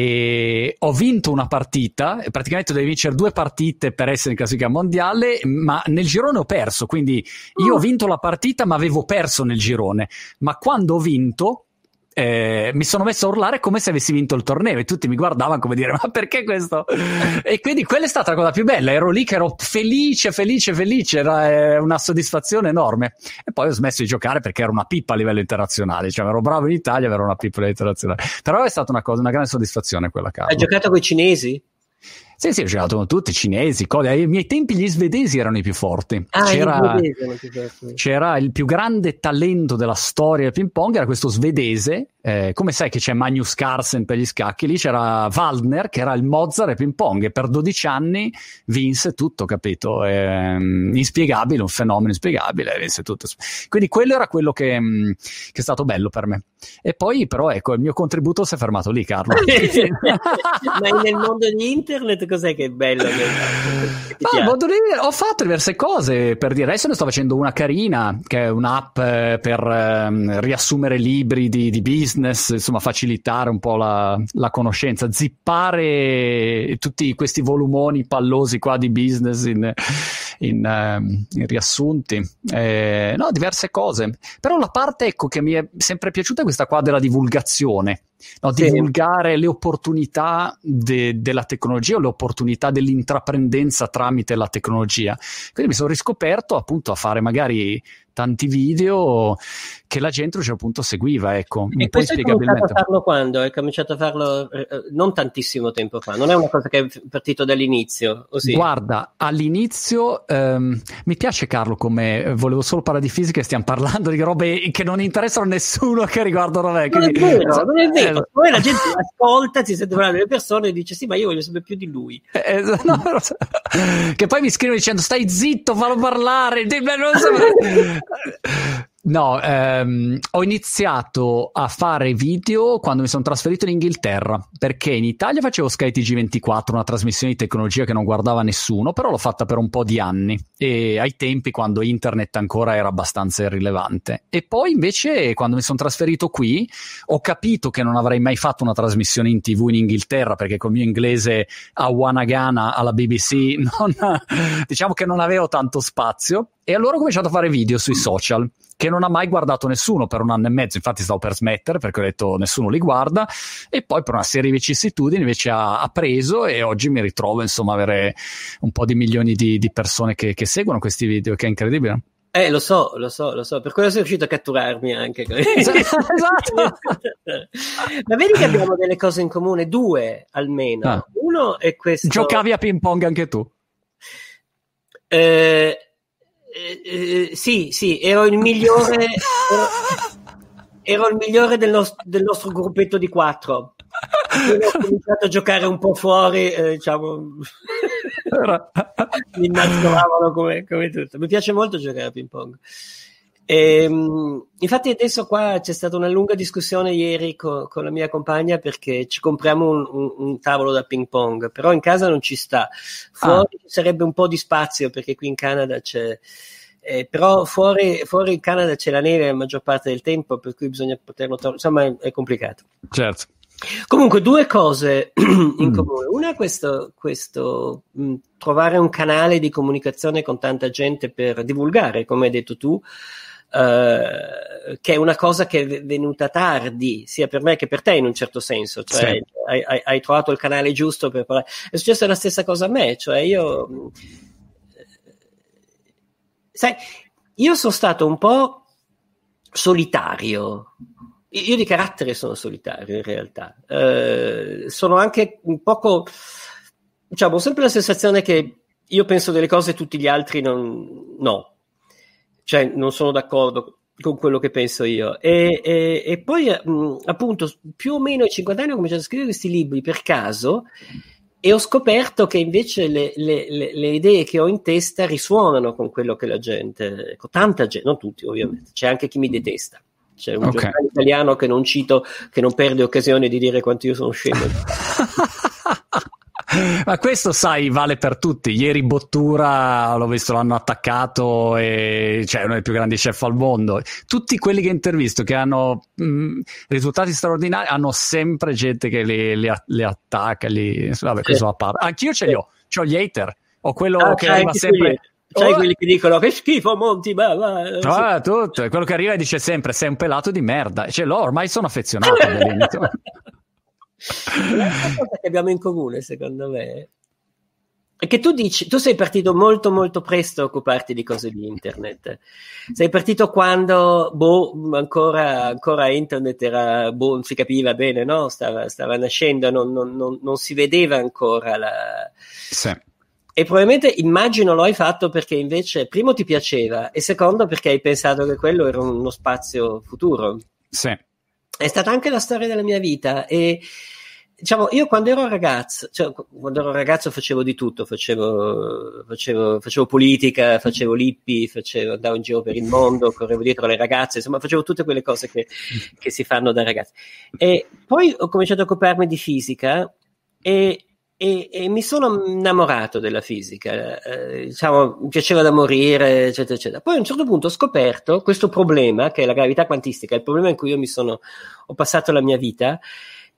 e ho vinto una partita, e praticamente dovevi vincere due partite per essere in classifica mondiale, ma nel girone ho perso, quindi io ho vinto la partita ma avevo perso nel girone. Ma quando ho vinto eh, mi sono messo a urlare come se avessi vinto il torneo, e tutti mi guardavano come dire: ma perché questo? E quindi quella è stata la cosa più bella, ero lì che ero felice felice felice, era eh, una soddisfazione enorme. E poi ho smesso di giocare perché ero una pippa a livello internazionale, cioè ero bravo in Italia, ero una pippa a livello internazionale, però è stata una cosa, una grande soddisfazione quella, Carlo. Hai giocato con i cinesi? Sì, sì, ho giocato con tutti, cinesi, cose. Ai miei tempi gli svedesi erano i più forti. Ah, c'era, gli svedesi, c'era il più grande talento della storia del ping pong, era questo svedese. Eh, come sai che c'è Magnus Carlsen per gli scacchi, lì c'era Waldner che era il Mozart del ping pong, e per dodici anni vinse tutto, capito? Eh, inspiegabile, un fenomeno inspiegabile, vinse tutto. Quindi quello era quello che, che è stato bello per me. E poi però ecco, il mio contributo si è fermato lì, Carlo. Ma nel mondo di internet cos'è che è bello? Che Ma, ho fatto diverse cose, per dire, adesso ne sto facendo una carina, che è un'app eh, per eh, riassumere libri di, di business, insomma facilitare un po' la, la conoscenza, zippare tutti questi volumoni pallosi qua di business in, in, eh, in riassunti, eh, no, diverse cose. Però la parte, ecco, che mi è sempre piaciuta è questa qua della divulgazione. No, sì. Divulgare le opportunità de- della tecnologia o le opportunità dell'intraprendenza tramite la tecnologia. Quindi mi sono riscoperto appunto a fare magari tanti video che la gente a un certo punto seguiva, ecco, e un po' questo hai cominciato inspiegabilmente. a farlo quando? Hai cominciato a farlo eh, non tantissimo tempo fa, non è una cosa che è partito dall'inizio, o sì? Guarda, all'inizio ehm, mi piace Carlo come volevo solo parlare di fisica e stiamo parlando di robe che non interessano a nessuno che riguardano me. Non Quindi, è vero, non è vero. Eh, Poi la gente ascolta, si sente parlare delle persone e dice sì, ma io voglio sapere più di lui. Eh, no, no, che poi mi scrivono dicendo stai zitto, fallo parlare. Non so. No, ehm, ho iniziato a fare video quando mi sono trasferito in Inghilterra, perché in Italia facevo Sky T G ventiquattro, una trasmissione di tecnologia che non guardava nessuno, però l'ho fatta per un po' di anni, e ai tempi quando internet ancora era abbastanza irrilevante. E poi invece quando mi sono trasferito qui ho capito che non avrei mai fatto una trasmissione in tv in Inghilterra, perché col mio inglese a Wanagana alla B B C non, diciamo che non avevo tanto spazio, e allora ho cominciato a fare video sui social che non ha mai guardato nessuno per un anno e mezzo. Infatti stavo per smettere perché ho detto nessuno li guarda, e poi per una serie di vicissitudini invece ha, ha preso, e oggi mi ritrovo insomma a avere un po' di milioni di, di persone che, che seguono questi video, che è incredibile. Eh, lo so, lo so, lo so, per quello sei riuscito a catturarmi anche. Esatto. Ma vedi che abbiamo delle cose in comune, due almeno. Ah. Uno è questo. Giocavi a ping pong anche tu? Eh, eh, eh, sì, sì, ero il migliore. ero, ero il migliore del, nos- del nostro gruppetto di quattro. Quindi ho cominciato a giocare un po' fuori, eh, diciamo. Mi nascondavano come, come tutto. Mi piace molto giocare a ping pong. E, infatti adesso qua c'è stata una lunga discussione ieri co- con la mia compagna, perché ci compriamo un, un, un tavolo da ping pong, però in casa non ci sta. Fuori ah. ci sarebbe un po' di spazio, perché qui in Canada c'è eh, però fuori, fuori in Canada c'è la neve la maggior parte del tempo, per cui bisogna poterlo to- insomma è, è complicato. Certo. Comunque due cose in mm. comune. Una è questo, questo mh, trovare un canale di comunicazione con tanta gente per divulgare, come hai detto tu, Uh, che è una cosa che è venuta tardi sia per me che per te in un certo senso, cioè sì. hai, hai, hai trovato il canale giusto per parlare. È successa la stessa cosa a me, cioè io sai, io sono stato un po' solitario, io di carattere sono solitario in realtà, uh, sono anche un poco, diciamo, ho sempre la sensazione che io penso delle cose e tutti gli altri non no cioè non sono d'accordo con quello che penso io, e, e, e poi mh, appunto più o meno ai cinquanta anni ho cominciato a scrivere questi libri per caso, e ho scoperto che invece le, le, le, le idee che ho in testa risuonano con quello che la gente, con tanta gente, non tutti ovviamente, c'è anche chi mi detesta, c'è un okay. giornale italiano che non cito, che non perde occasione di dire quanto io sono scemo. Ma questo, sai, vale per tutti. Ieri Bottura, l'ho visto, l'hanno attaccato, e cioè uno dei più grandi chef al mondo. Tutti quelli che intervisto che hanno mh, risultati straordinari hanno sempre gente che li, li, li attacca, li... vabbè, questo a parte. Anch'io ce li ho, c'ho gli hater, ho quello ah, che arriva sempre... C'hai oh, quelli che dicono che schifo Monti, ma, ma... Ah, tutto, quello che arriva e dice sempre sei un pelato di merda, cioè loro ormai sono affezionato all'inizio. L'altra cosa che abbiamo in comune, secondo me, è che tu dici, tu sei partito molto molto presto a occuparti di cose di internet. Sei partito quando boh, ancora, ancora internet era, boh, non si capiva bene, no? Stava, stava nascendo, non, non, non, non si vedeva ancora la... Sì. E probabilmente, immagino, lo hai fatto perché invece primo ti piaceva, e secondo perché hai pensato che quello era uno spazio futuro. Sì. È stata anche la storia della mia vita, e diciamo, io quando ero ragazzo, cioè quando ero ragazzo facevo di tutto, facevo, facevo, facevo politica, facevo l'hippie, facevo, andavo in giro per il mondo, correvo dietro alle ragazze, insomma facevo tutte quelle cose che, che si fanno da ragazzi. E poi ho cominciato a occuparmi di fisica, e E, e mi sono innamorato della fisica, eh, diciamo, mi piaceva da morire, eccetera, eccetera. Poi a un certo punto ho scoperto questo problema, che è la gravità quantistica, il problema in cui io mi sono, ho passato la mia vita,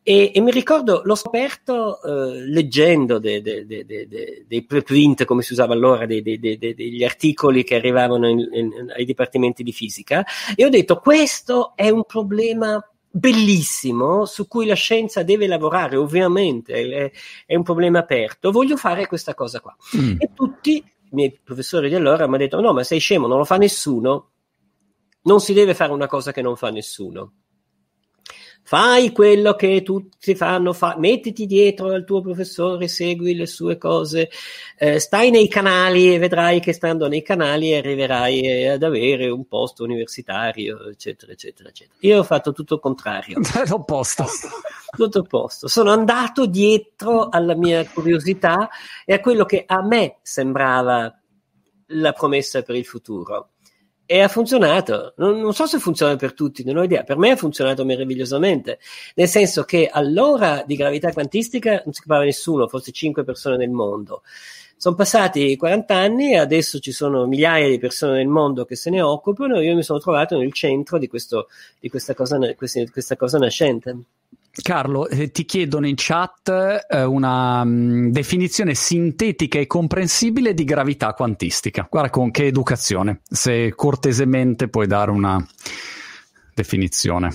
E, e mi ricordo, l'ho scoperto eh, leggendo de, de, de, de, de, dei preprint, come si usava allora, dei, de, de, de, degli articoli che arrivavano in, in, ai dipartimenti di fisica, e ho detto, questo è un problema bellissimo su cui la scienza deve lavorare, ovviamente, è, è un problema aperto, voglio fare questa cosa qua. Mm. E tutti i miei professori di allora mi hanno detto, no, ma sei scemo, non lo fa nessuno, non si deve fare una cosa che non fa nessuno. Fai quello che tutti fanno, fa, mettiti dietro al tuo professore, segui le sue cose, eh, stai nei canali e vedrai che stando nei canali arriverai ad avere un posto universitario, eccetera, eccetera, eccetera. Io ho fatto tutto il contrario. L'opposto. Tutto opposto. Sono andato dietro alla mia curiosità e a quello che a me sembrava la promessa per il futuro. E ha funzionato, non, non so se funziona per tutti, non ho idea, per me ha funzionato meravigliosamente, nel senso che all'ora di gravità quantistica non si occupava nessuno, forse cinque persone nel mondo. Sono passati quaranta anni e adesso ci sono migliaia di persone nel mondo che se ne occupano e io mi sono trovato nel centro di, questo, di questa, cosa, questa cosa nascente. Carlo, eh, ti chiedono in chat eh, una mh, definizione sintetica e comprensibile di gravità quantistica. Guarda con che educazione, se cortesemente puoi dare una definizione.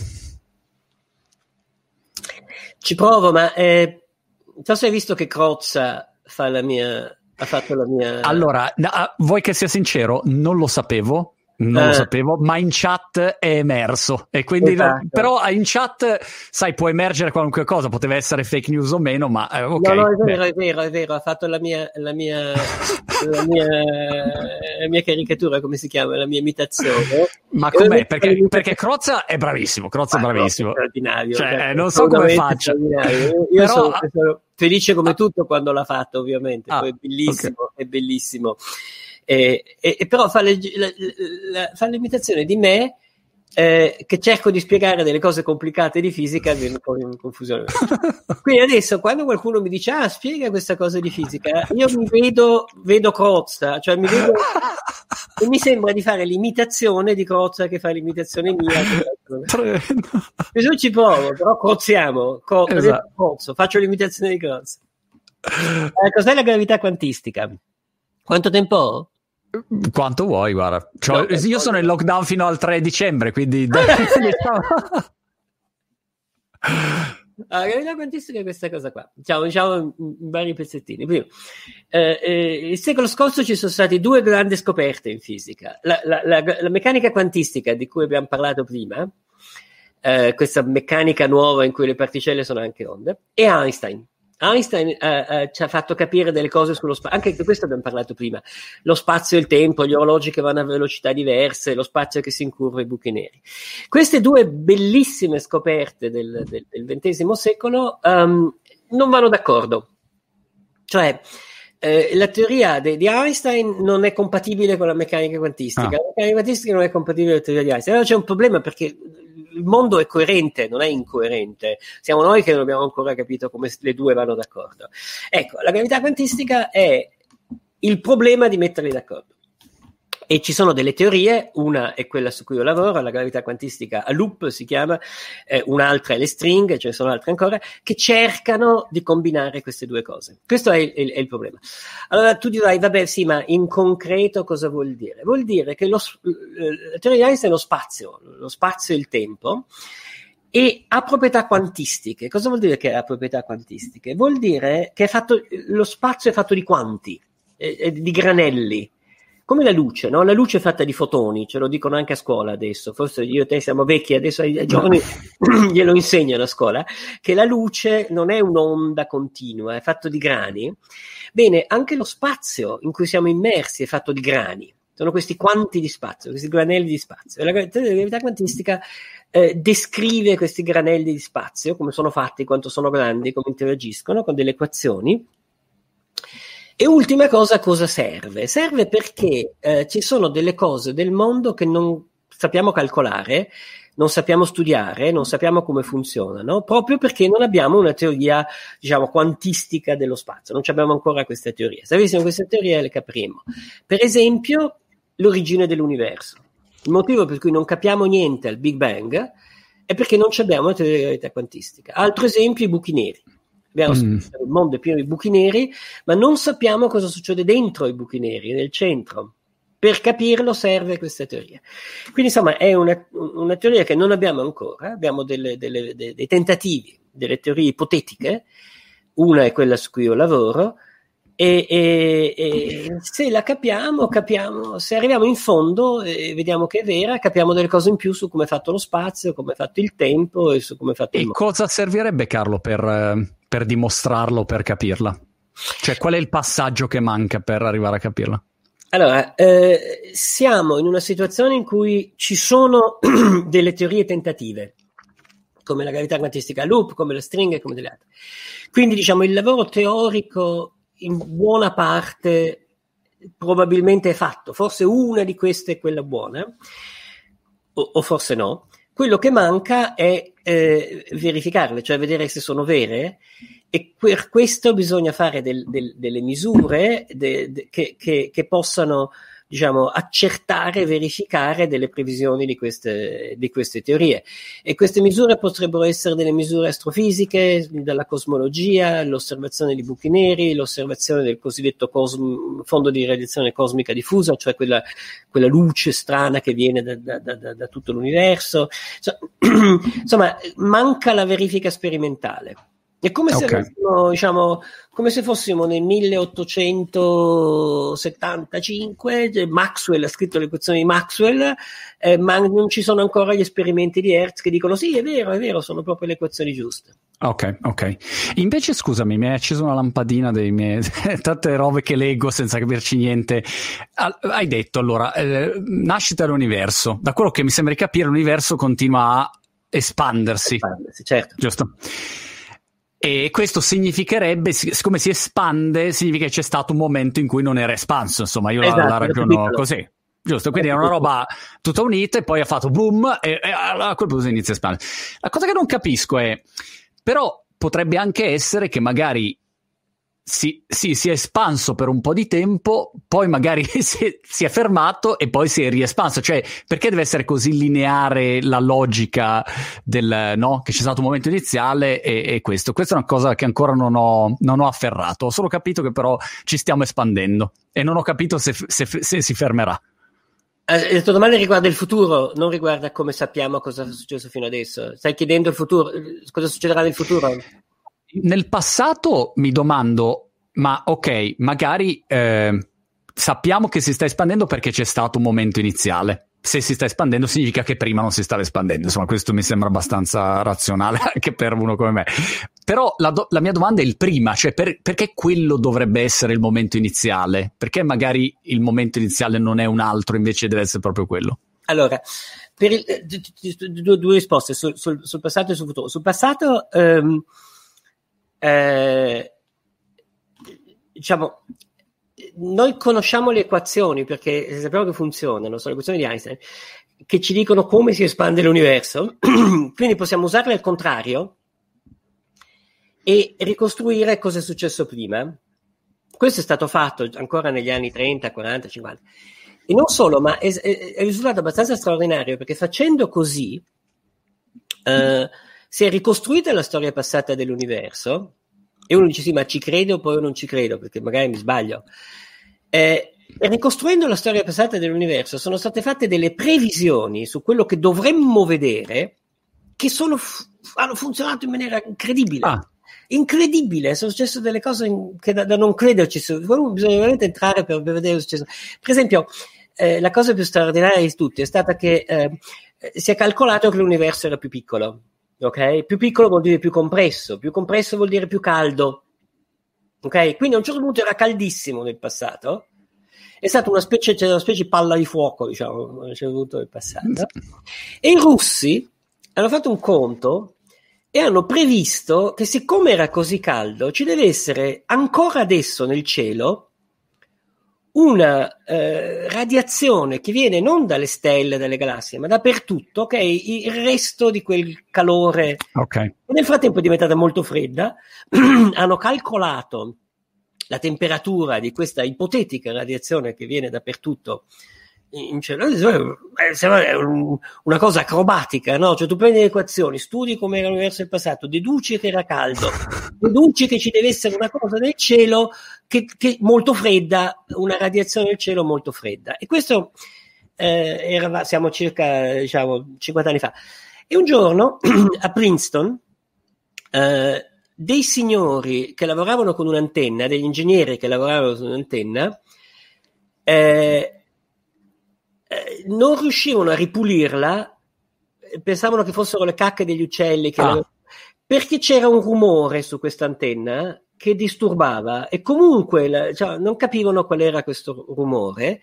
Ci provo, ma eh, non so se hai visto che Crozza fa la mia, ha fatto la mia... Allora, no, vuoi che sia sincero? Non lo sapevo. Non eh. lo sapevo, ma in chat è emerso e quindi esatto. lo, però in chat sai può emergere qualunque cosa, poteva essere fake news o meno, ma eh, ok. No, no, è vero, è vero, è vero, ha fatto la mia la mia la mia, la mia caricatura, come si chiama, la mia imitazione. Ma com'è? Perché, perché Crozza è bravissimo, Crozza è bravissimo. Straordinario. Cioè, cioè, non so come faccia. Io, io però, sono, sono felice come ah, tutto quando l'ha fatto, ovviamente, ah, poi è bellissimo, okay. È bellissimo. E, e, e però fa, le, la, la, fa l'imitazione di me eh, che cerco di spiegare delle cose complicate di fisica in confusione. Quindi adesso quando qualcuno mi dice ah spiega questa cosa di fisica, io mi vedo vedo Crozza, cioè mi vedo e mi sembra di fare l'imitazione di Crozza che fa l'imitazione mia. Io ci provo, però crozziamo, Cro- esatto. Crozzo, faccio l'imitazione di Crozza. Eh, cos'è la gravità quantistica? Quanto tempo ho? Quanto vuoi, guarda. Cioè, no, io sono in lockdown fino al tre dicembre, quindi... La gravità quantistica è questa cosa qua. Diciamo, diciamo in vari pezzettini. Prima, eh, eh, il secolo scorso ci sono state due grandi scoperte in fisica. La, la, la, la meccanica quantistica, di cui abbiamo parlato prima, eh, questa meccanica nuova in cui le particelle sono anche onde, e Einstein. Einstein uh, uh, ci ha fatto capire delle cose sullo spazio, anche di questo abbiamo parlato prima, lo spazio e il tempo, gli orologi che vanno a velocità diverse, lo spazio che si incurva, i buchi neri. Queste due bellissime scoperte del, del, del ventesimo secolo um, non vanno d'accordo. Cioè, eh, la teoria de, di Einstein non è compatibile con la meccanica quantistica, ah. La meccanica quantistica non è compatibile con la teoria di Einstein. Allora c'è un problema perché il mondo è coerente, non è incoerente. Siamo noi che non abbiamo ancora capito come le due vanno d'accordo. Ecco, la gravità quantistica è il problema di metterli d'accordo. E ci sono delle teorie, una è quella su cui io lavoro, la gravità quantistica a loop si chiama, eh, un'altra è le stringhe, ce ne sono altre ancora, che cercano di combinare queste due cose. Questo è il, è il problema. Allora tu dirai, vabbè sì, ma in concreto cosa vuol dire? Vuol dire che lo, la teoria di Einstein è lo spazio, lo spazio e il tempo, e ha proprietà quantistiche. Cosa vuol dire che ha proprietà quantistiche? Vuol dire che è fatto, lo spazio è fatto di quanti, eh, di granelli. Come la luce, no? La luce è fatta di fotoni, ce lo dicono anche a scuola adesso, forse io e te siamo vecchi, adesso ai giovani glielo insegnano a scuola, che la luce non è un'onda continua, è fatto di grani. Bene, anche lo spazio in cui siamo immersi è fatto di grani, sono questi quanti di spazio, questi granelli di spazio. La gravità quantistica eh, descrive questi granelli di spazio, come sono fatti, quanto sono grandi, come interagiscono, con delle equazioni. E ultima cosa, cosa serve? Serve perché eh, ci sono delle cose del mondo che non sappiamo calcolare, non sappiamo studiare, non sappiamo come funzionano, proprio perché non abbiamo una teoria, diciamo, quantistica dello spazio. Non abbiamo ancora queste teorie. Se avessimo queste teorie le capiremmo. Per esempio, l'origine dell'universo. Il motivo per cui non capiamo niente al Big Bang è perché non abbiamo una teoria della gravità quantistica. Altro esempio, i buchi neri. Abbiamo mm. il mondo è pieno di buchi neri, ma non sappiamo cosa succede dentro i buchi neri, nel centro. Per capirlo serve questa teoria. Quindi insomma è una, una teoria che non abbiamo ancora, abbiamo delle, delle, dei, dei tentativi, delle teorie ipotetiche, una è quella su cui io lavoro, e, e, e se la capiamo, capiamo, se arriviamo in fondo e vediamo che è vera, capiamo delle cose in più su come è fatto lo spazio, come è fatto il tempo e su come è fatto il mondo. E cosa servirebbe, Carlo, per, per dimostrarlo, per capirla? Cioè qual è il passaggio che manca per arrivare a capirla? Allora, eh, siamo in una situazione in cui ci sono delle teorie tentative, come la gravità quantistica a loop, come le stringhe, come delle altre. Quindi, diciamo, il lavoro teorico in buona parte probabilmente è fatto. Forse una di queste è quella buona, o, o forse no. Quello che manca è eh, verificarle, cioè vedere se sono vere, e per questo bisogna fare del, del, delle misure de, de, che, che, che possano, diciamo, accertare e verificare delle previsioni di queste, di queste teorie. E queste misure potrebbero essere delle misure astrofisiche, della cosmologia, l'osservazione di buchi neri, l'osservazione del cosiddetto cosm- fondo di radiazione cosmica diffusa, cioè quella, quella luce strana che viene da, da, da, da tutto l'universo. Insomma, manca la verifica sperimentale. È come se okay. fossimo, diciamo, come se fossimo nel milleottocentosettantacinque, Maxwell ha scritto le equazioni di Maxwell, eh, ma non ci sono ancora gli esperimenti di Hertz che dicono sì, è vero, è vero, sono proprio le equazioni giuste. Ok, ok. Invece, scusami, mi hai acceso una lampadina dei miei tante robe che leggo senza capirci niente. Hai detto, allora, eh, nascita dell'universo. Da quello che mi sembra di capire, l'universo continua a espandersi. Espandersi, certo. Giusto? E questo significherebbe, siccome si espande, significa che c'è stato un momento in cui non era espanso, insomma, io esatto, la, la ragiono così, giusto? Quindi era una roba tutta unita e poi ha fatto boom e, e a quel punto si inizia a espandere. La cosa che non capisco è, però potrebbe anche essere che magari si, si, si è espanso per un po' di tempo, poi magari si, si è fermato e poi si è riespanso. Cioè, perché deve essere così lineare la logica del, no? Che c'è stato un momento iniziale e, e questo. Questa è una cosa che ancora non ho, non ho afferrato. Ho solo capito che però ci stiamo espandendo e non ho capito se, se, se si fermerà. Eh, la tua domanda riguarda il futuro, non riguarda come sappiamo cosa è successo fino adesso. Stai chiedendo il futuro, cosa succederà nel futuro? Nel passato mi domando, ma ok, magari eh, sappiamo che si sta espandendo perché c'è stato un momento iniziale. Se si sta espandendo significa che prima non si stava espandendo. Insomma, questo mi sembra abbastanza razionale anche per uno come me. Però la, do- la mia domanda è il prima, cioè per- perché quello dovrebbe essere il momento iniziale? Perché magari il momento iniziale non è un altro, invece deve essere proprio quello? Allora, per il, due, due risposte sul, sul, sul passato e sul futuro. Sul passato... Um, Eh, diciamo, noi conosciamo le equazioni perché sappiamo che funzionano, sono le equazioni di Einstein che ci dicono come si espande l'universo, quindi possiamo usarle al contrario e ricostruire cosa è successo prima. Questo è stato fatto ancora negli anni trenta, quaranta, cinquanta e non solo, ma è, è, è risultato abbastanza straordinario perché facendo così eh, si è ricostruita la storia passata dell'universo e uno dice sì, ma ci credo, poi non ci credo perché magari mi sbaglio. Eh, ricostruendo la storia passata dell'universo sono state fatte delle previsioni su quello che dovremmo vedere che sono, hanno funzionato in maniera incredibile. Ah. Incredibile, sono successe delle cose in, che da, da non crederci. Bisogna veramente entrare per, per vedere cosa è successo. Per esempio, eh, la cosa più straordinaria di tutti è stata che eh, si è calcolato che l'universo era più piccolo. Ok? Più piccolo vuol dire più compresso, più compresso vuol dire più caldo. Ok? Quindi a un certo punto era caldissimo nel passato. È stata una specie, c'è una specie di palla di fuoco, diciamo, c'è avuto nel passato. E i russi hanno fatto un conto e hanno previsto che siccome era così caldo, ci deve essere ancora adesso nel cielo una eh, radiazione che viene non dalle stelle, dalle galassie, ma dappertutto, ok? Il resto di quel calore. Okay. E nel frattempo è diventata molto fredda. Hanno calcolato la temperatura di questa ipotetica radiazione che viene dappertutto in cielo. Eh, sembra una cosa acrobatica, no? Cioè tu prendi le equazioni, studi come era l'universo del passato, deduci che era caldo, deduci che ci deve essere una cosa nel cielo che, che molto fredda, una radiazione del cielo molto fredda. E questo eh, era, siamo circa, diciamo, cinquanta anni fa. E un giorno a Princeton eh, dei signori che lavoravano con un'antenna, degli ingegneri che lavoravano su un'antenna, eh, Eh, non riuscivano a ripulirla, pensavano che fossero le cacche degli uccelli che ah. perché c'era un rumore su questa antenna che disturbava e comunque la, cioè, non capivano qual era questo rumore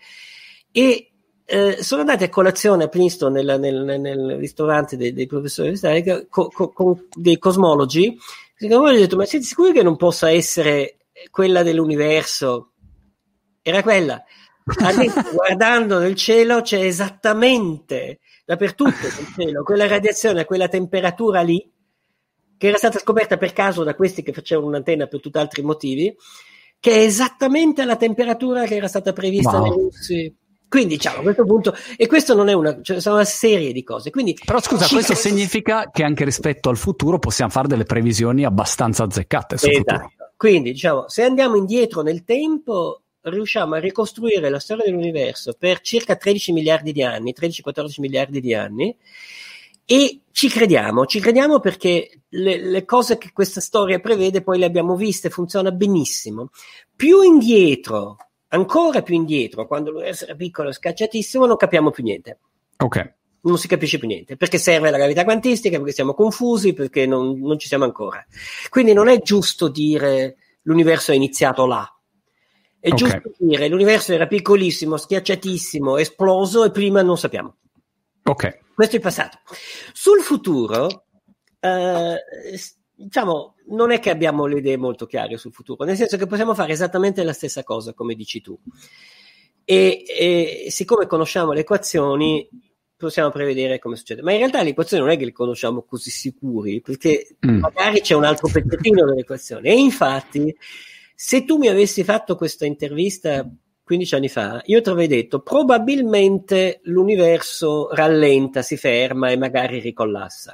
e eh, sono andati a colazione a Princeton nel, nel, nel ristorante dei, dei professori universitari con, con, con dei cosmologi. Gli hanno detto: ma siete sicuri che non possa essere quella dell'universo? Era quella. Adesso, guardando nel cielo c'è esattamente dappertutto nel cielo quella radiazione, quella temperatura lì che era stata scoperta per caso da questi che facevano un'antenna per tutt'altri motivi, che è esattamente la temperatura che era stata prevista wow. nei russi. Quindi diciamo a questo punto, e questo non è una, cioè, sono una serie di cose. Quindi, però scusa, questo credo... significa che anche rispetto al futuro possiamo fare delle previsioni abbastanza azzeccate sul esatto. futuro. Quindi diciamo, se andiamo indietro nel tempo riusciamo a ricostruire la storia dell'universo per circa tredici miliardi di anni, tredici quattordici miliardi di anni, e ci crediamo, ci crediamo perché le, le cose che questa storia prevede poi le abbiamo viste, funziona benissimo. Più indietro, ancora più indietro, quando l'universo era piccolo e scacciatissimo, non capiamo più niente. Ok. Non si capisce più niente, perché serve la gravità quantistica, perché siamo confusi, perché non, non ci siamo ancora. Quindi non è giusto dire l'universo è iniziato là. È okay. giusto dire l'universo era piccolissimo, schiacciatissimo, esploso e prima non sappiamo. Ok. Questo è il passato. Sul futuro, eh, diciamo, non è che abbiamo le idee molto chiare sul futuro, nel senso che possiamo fare esattamente la stessa cosa, come dici tu. E, e siccome conosciamo le equazioni, possiamo prevedere come succede. Ma in realtà le equazioni non è che le conosciamo così sicuri, perché mm. magari c'è un altro pezzettino delle equazioni. E infatti, se tu mi avessi fatto questa intervista quindici anni fa, io ti avrei detto probabilmente l'universo rallenta, si ferma e magari ricollassa.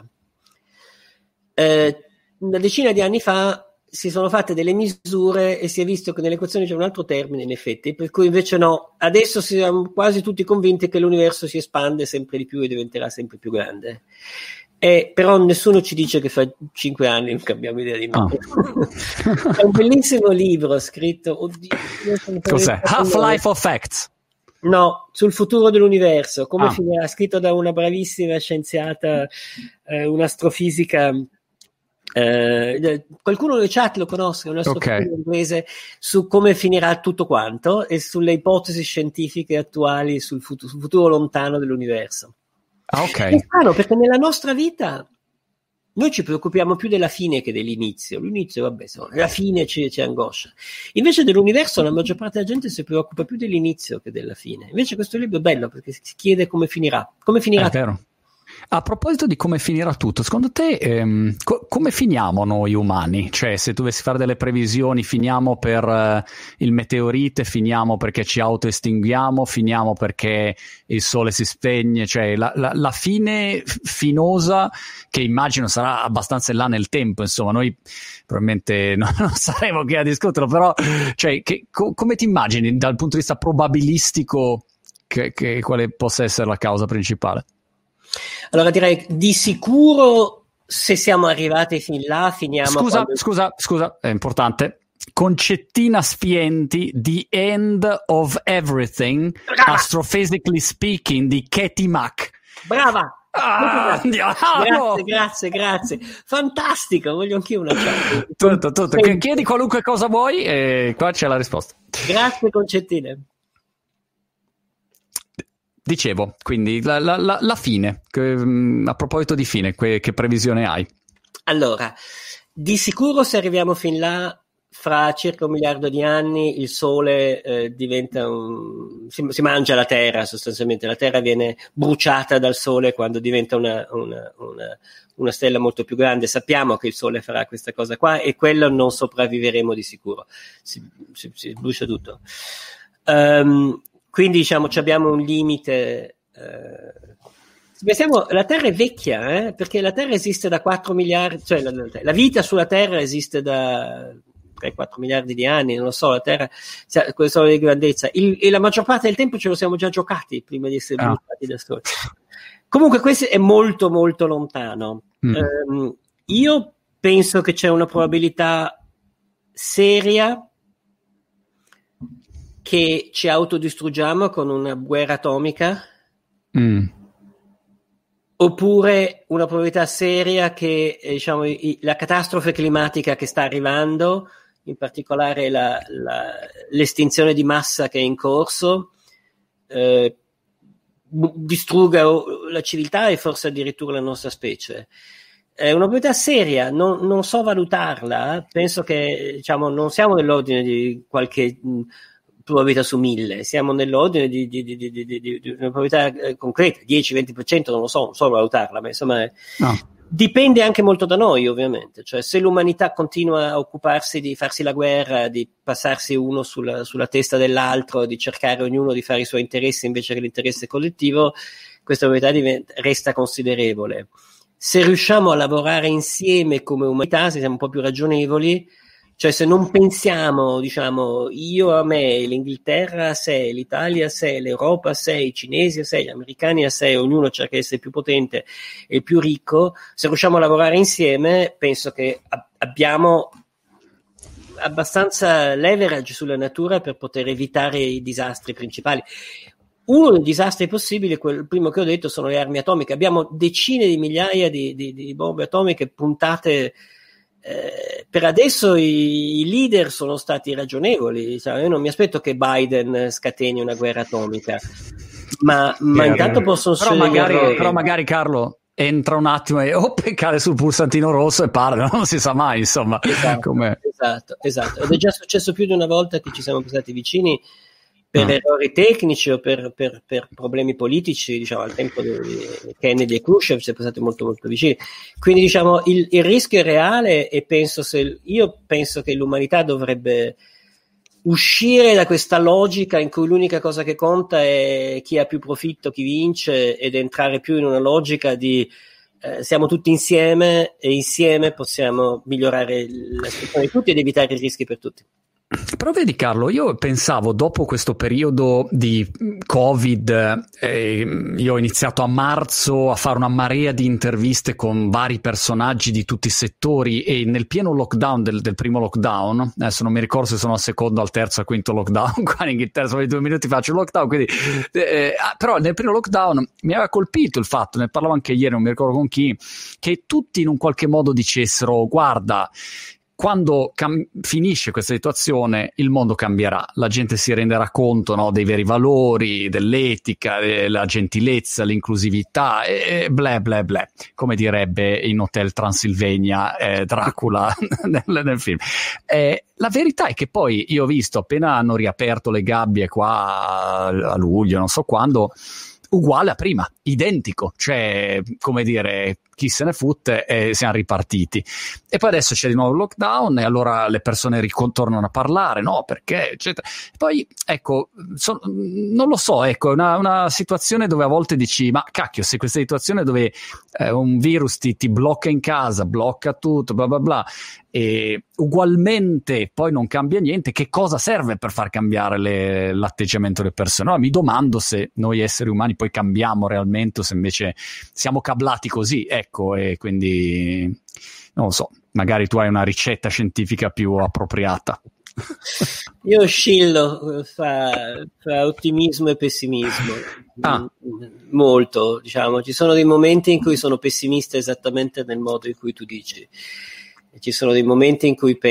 Eh, una decina di anni fa si sono fatte delle misure e si è visto che nelle equazioni c'è un altro termine in effetti, per cui invece no, adesso siamo quasi tutti convinti che l'universo si espande sempre di più e diventerà sempre più grande. Eh, però nessuno ci dice che fra cinque anni non cambiamo idea di nuovo. Oh. È un bellissimo libro scritto, oddio, cos'è? Half-Life of Facts? No, sul futuro dell'universo, come ah. finirà, scritto da una bravissima scienziata, eh, un'astrofisica, eh, qualcuno nel chat lo conosce, un astrofisico okay. inglese, su come finirà tutto quanto e sulle ipotesi scientifiche attuali sul futuro, sul futuro lontano dell'universo. Ah, ok. È strano perché nella nostra vita noi ci preoccupiamo più della fine che dell'inizio. L'inizio, vabbè, so, la fine ci, ci angoscia. Invece dell'universo la maggior parte della gente si preoccupa più dell'inizio che della fine. Invece questo libro è bello perché si chiede come finirà. Come finirà? È vero. A proposito di come finirà tutto, secondo te ehm, co- come finiamo noi umani? Cioè, se dovessi fare delle previsioni, finiamo per eh, il meteorite, finiamo perché ci autoestinguiamo, finiamo perché il sole si spegne, cioè la, la, la fine finosa che immagino sarà abbastanza in là nel tempo, insomma, noi probabilmente non, non saremo qui a discuterlo, però cioè, che, co- come ti immagini dal punto di vista probabilistico che, che quale possa essere la causa principale? Allora direi di sicuro se siamo arrivati fin là finiamo scusa quando... scusa scusa è importante Concettina Sfienti, The End of Everything, Brava. Astrophysically Speaking di Katie Mack. Brava. Ah, grazie, ah, no. grazie, grazie, fantastico, voglio anch'io una chat. Tutto, tutto. Chiedi qualunque cosa vuoi e qua c'è la risposta. Grazie Concettine. Dicevo, quindi la, la, la, la fine, che, a proposito di fine, que, che previsione hai? Allora, di sicuro se arriviamo fin là, fra circa un miliardo di anni il Sole eh, diventa un... Si, si mangia la Terra sostanzialmente, la Terra viene bruciata dal Sole quando diventa una, una, una, una stella molto più grande. Sappiamo che il Sole farà questa cosa qua e quello non sopravviveremo di sicuro, si, si, si brucia tutto. Um, quindi diciamo abbiamo un limite. Eh, pensiamo, la Terra è vecchia, eh, perché la Terra esiste da quattro miliardi, cioè la, la vita sulla Terra esiste da tre quattro miliardi di anni, non lo so, la Terra, questa è la grandezza, il, e la maggior parte del tempo ce lo siamo già giocati prima di essere sviluppati ah. da soli. Comunque questo è molto molto lontano. Mm. Um, io penso che c'è una probabilità seria che ci autodistruggiamo con una guerra atomica, mm. oppure una probabilità seria che eh, diciamo i, la catastrofe climatica che sta arrivando, in particolare la, la, l'estinzione di massa che è in corso, eh, distrugga la civiltà e forse addirittura la nostra specie. È una probabilità seria, non, non so valutarla, penso che diciamo non siamo nell'ordine di qualche mh, probabilità su mille, siamo nell'ordine di, di, di, di, di, di, di una probabilità eh, concreta, dieci venti per cento, non lo so, non so valutarla, ma insomma è, no. Dipende anche molto da noi, ovviamente, cioè se l'umanità continua a occuparsi di farsi la guerra, di passarsi uno sulla, sulla testa dell'altro, di cercare ognuno di fare i suoi interessi invece che l'interesse collettivo, questa probabilità diventa, resta considerevole. Se riusciamo a lavorare insieme come umanità, se siamo un po' più ragionevoli, cioè se non pensiamo, diciamo, io a me, l'Inghilterra a sé, l'Italia a sé, l'Europa a sé, i cinesi a sé, gli americani a sé, ognuno cerca di essere più potente e più ricco, se riusciamo a lavorare insieme, penso che ab- abbiamo abbastanza leverage sulla natura per poter evitare i disastri principali. Uno dei disastri possibili, quel primo che ho detto, sono le armi atomiche. Abbiamo decine di migliaia di, di, di bombe atomiche puntate. Eh, per adesso i, i leader sono stati ragionevoli, cioè, io non mi aspetto che Biden scateni una guerra atomica, ma, ma intanto possono però magari, però magari Carlo entra un attimo e oh, cade sul pulsantino rosso e parla, non si sa mai, insomma. Esatto, com'è. esatto, esatto. Ed è già successo più di una volta che ci siamo stati vicini per ah. errori tecnici o per, per, per problemi politici, diciamo al tempo di Kennedy e Khrushchev si è passati molto molto vicini, quindi diciamo il, il rischio è reale e penso se io penso che l'umanità dovrebbe uscire da questa logica in cui l'unica cosa che conta è chi ha più profitto, chi vince, ed entrare più in una logica di eh, siamo tutti insieme e insieme possiamo migliorare la situazione di tutti ed evitare i rischi per tutti. Però vedi Carlo, io pensavo dopo questo periodo di Covid, eh, io ho iniziato a marzo a fare una marea di interviste con vari personaggi di tutti i settori e nel pieno lockdown del, del primo lockdown, adesso non mi ricordo se sono al secondo, al terzo, al quinto lockdown, qua in Inghilterra sono i due minuti faccio il lockdown, quindi eh, però nel primo lockdown mi aveva colpito il fatto, ne parlavo anche ieri, non mi ricordo con chi, che tutti in un qualche modo dicessero guarda, quando cam- finisce questa situazione il mondo cambierà, la gente si renderà conto, no, dei veri valori, dell'etica, della gentilezza, l'inclusività e bla bla bla, come direbbe in Hotel Transylvania eh, Dracula nel, nel film. Eh, la verità è che poi io ho visto appena hanno riaperto le gabbie qua a luglio, non so quando, uguale a prima, identico, cioè come dire chi se ne fotte e siamo ripartiti. E poi adesso c'è di nuovo il lockdown e allora le persone ritornano a parlare, no, perché, eccetera. E poi, ecco, so, non lo so, ecco, è una, una situazione dove a volte dici, ma cacchio, se questa situazione dove eh, un virus ti, ti blocca in casa, blocca tutto, bla bla bla, e ugualmente poi non cambia niente, che cosa serve per far cambiare le, l'atteggiamento delle persone? No, mi domando se noi esseri umani poi cambiamo realmente o se invece siamo cablati così, ecco, e quindi non lo so, magari tu hai una ricetta scientifica più appropriata. Io oscillo fra, fra ottimismo e pessimismo, ah. molto, diciamo, ci sono dei momenti in cui sono pessimista esattamente nel modo in cui tu dici. Ci sono dei momenti in cui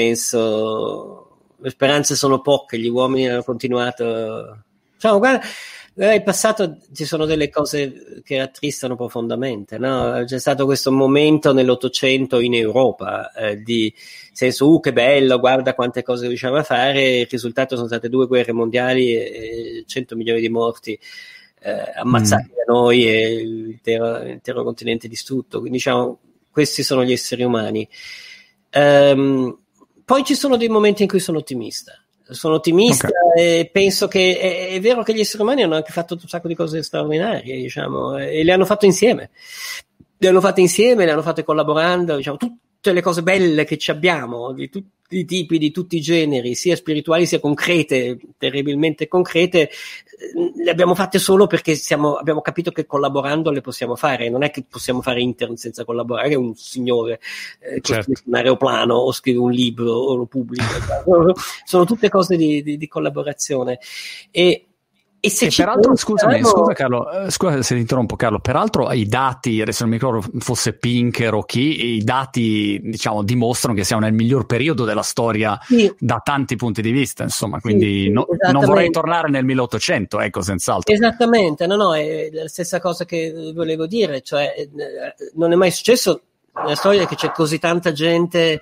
penso le speranze sono poche, gli uomini hanno continuato, diciamo, guarda, nel passato ci sono delle cose che rattristano profondamente, no? C'è stato questo momento nell'Ottocento in Europa eh, di senso, uh che bello, guarda quante cose riusciamo a fare, il risultato sono state due guerre mondiali e cento milioni di morti eh, ammazzati mm. da noi e l'intero, l'intero continente distrutto, quindi diciamo questi sono gli esseri umani. Um, poi ci sono dei momenti in cui sono ottimista, Sono ottimista okay. e penso che è, è vero che gli esseri umani hanno anche fatto un sacco di cose straordinarie, diciamo, e le hanno fatte insieme. Le hanno fatte insieme, le hanno fatte collaborando, diciamo, tutte le cose belle che ci abbiamo, di tutti i tipi, di tutti i generi, sia spirituali sia concrete, terribilmente concrete, le abbiamo fatte solo perché siamo, abbiamo capito che collaborando le possiamo fare. Non è che possiamo fare internet senza collaborare, è un signore eh, certo. costruisce un aeroplano o scrive un libro o lo pubblica. Sono tutte cose di, di, di collaborazione. E E, se e ci peraltro, pensiamo... scusami, scusa Carlo, eh, scusa se ti interrompo Carlo, peraltro i dati, adesso non mi ricordo fosse Pinker o chi, i dati diciamo dimostrano che siamo nel miglior periodo della storia sì. da tanti punti di vista, insomma, quindi sì, no, non vorrei tornare nel milleottocento, ecco, senz'altro. Esattamente, no, no, è la stessa cosa che volevo dire, cioè non è mai successo nella storia che c'è così tanta gente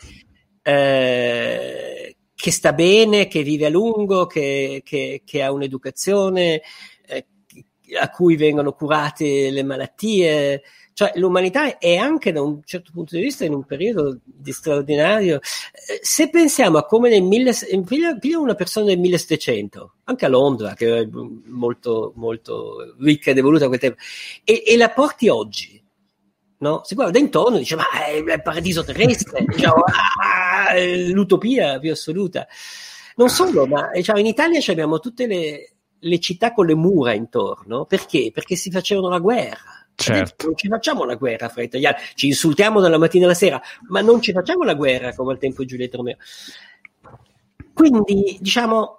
eh, che sta bene, che vive a lungo, che, che, che ha un'educazione, eh, a cui vengono curate le malattie. Cioè l'umanità è anche da un certo punto di vista in un periodo di straordinario. Eh, se pensiamo a come nel mille, piglia, piglia una persona del millesettecento, anche a Londra, che è molto, molto ricca ed evoluta a quel tempo, e, e la porti oggi, no? Si guarda intorno e dice ma è il paradiso terrestre, diciamo, ah, l'utopia più assoluta. Non solo, ma diciamo, in Italia abbiamo tutte le, le città con le mura intorno. Perché? Perché si facevano la guerra. Certo. Non ci facciamo la guerra fra italiani, ci insultiamo dalla mattina alla sera, ma non ci facciamo la guerra come al tempo di Giulietta Romeo. Quindi, diciamo,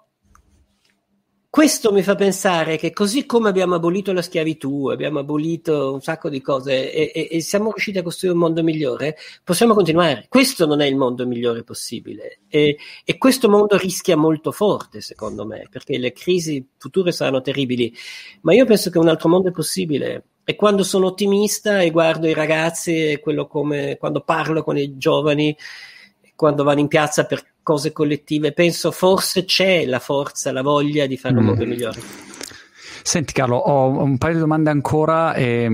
questo mi fa pensare che così come abbiamo abolito la schiavitù, abbiamo abolito un sacco di cose e, e, e siamo riusciti a costruire un mondo migliore, possiamo continuare. Questo non è il mondo migliore possibile e, e questo mondo rischia molto forte, secondo me, perché le crisi future saranno terribili, ma io penso che un altro mondo è possibile. E quando sono ottimista e guardo i ragazzi e quello come quando parlo con i giovani, quando vanno in piazza per cose collettive, penso forse c'è la forza, la voglia di fare un mondo mm. migliore. Senti Carlo, ho un paio di domande ancora e,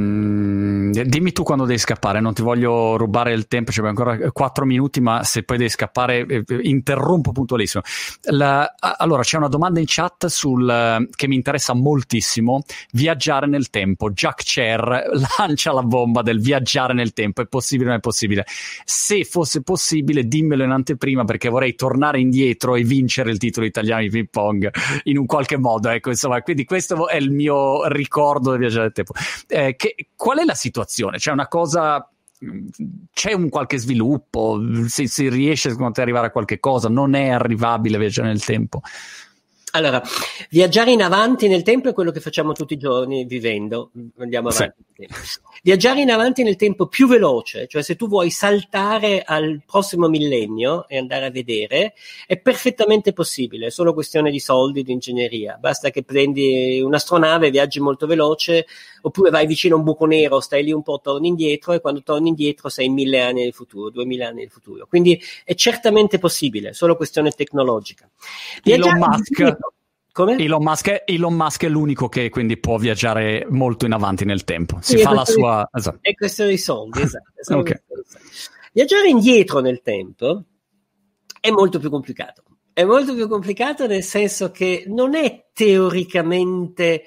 mm, dimmi tu quando devi scappare, non ti voglio rubare il tempo, c'è ancora quattro minuti, ma se poi devi scappare eh, interrompo puntualissimo. La, allora c'è una domanda in chat sul che mi interessa moltissimo, viaggiare nel tempo. Jack Cher lancia la bomba del viaggiare nel tempo, è possibile o non è possibile? Se fosse possibile dimmelo in anteprima perché vorrei tornare indietro e vincere il titolo italiano di ping pong in un qualche modo, ecco, insomma, quindi questo è il mio ricordo del viaggiare nel tempo. Eh, che, qual è la situazione? C'è una cosa, c'è un qualche sviluppo? Si, si riesce secondo te ad arrivare a qualche cosa? Non è arrivabile viaggiare nel tempo? Allora, viaggiare in avanti nel tempo è quello che facciamo tutti i giorni vivendo, andiamo avanti sì. nel tempo. Viaggiare in avanti nel tempo più veloce, cioè se tu vuoi saltare al prossimo millennio e andare a vedere, è perfettamente possibile, è solo questione di soldi, di ingegneria. Basta che prendi un'astronave, viaggi molto veloce, oppure vai vicino a un buco nero, stai lì un po', torni indietro e quando torni indietro sei mille anni nel futuro, duemila anni nel futuro. Quindi è certamente possibile, solo questione tecnologica. Elon Musk, come? Elon Musk, è, Elon Musk è l'unico che quindi può viaggiare molto in avanti nel tempo. Si sì, fa la sua... Di, esatto. È questione di soldi, esatto. Okay. Viaggiare indietro nel tempo è molto più complicato. È molto più complicato nel senso che non è teoricamente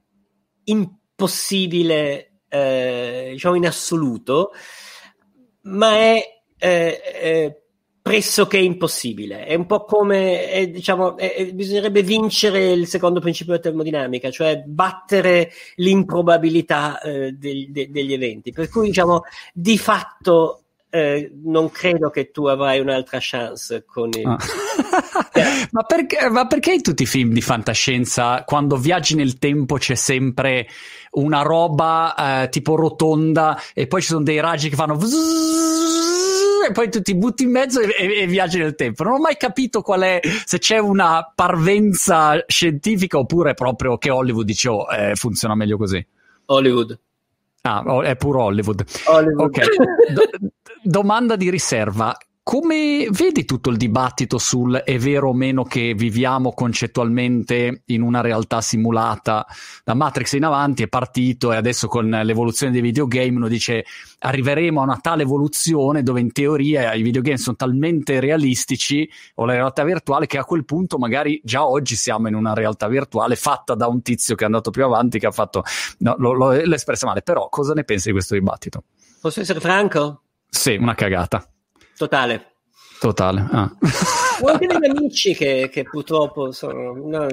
impossibile, eh, diciamo in assoluto, ma è... Eh, eh, pressoché impossibile. È un po' come è, diciamo è, bisognerebbe vincere il secondo principio della termodinamica, cioè battere l'improbabilità eh, de, de, degli eventi, per cui diciamo di fatto eh, non credo che tu avrai un'altra chance con il... ah. ma, perché, ma perché in tutti i film di fantascienza quando viaggi nel tempo c'è sempre una roba eh, tipo rotonda e poi ci sono dei raggi che fanno e poi tu ti butti in mezzo e, e, e viaggi nel tempo? Non ho mai capito qual è, se c'è una parvenza scientifica oppure proprio che Hollywood dice oh, eh, funziona meglio così. Hollywood. Ah, è puro Hollywood. Hollywood. Ok. Do- domanda di riserva. come vedi tutto il dibattito sul è vero o meno che viviamo concettualmente in una realtà simulata? Da Matrix in avanti è partito, e adesso con l'evoluzione dei videogame uno dice arriveremo a una tale evoluzione dove in teoria i videogame sono talmente realistici, o la realtà virtuale, che a quel punto magari già oggi siamo in una realtà virtuale fatta da un tizio che è andato più avanti, che ha fatto no, lo, lo, l'ho espressa male. Però cosa ne pensi di questo dibattito? Posso essere franco? Sì, una cagata totale. Totale. Ah. Ho anche degli amici che, che purtroppo sono... No.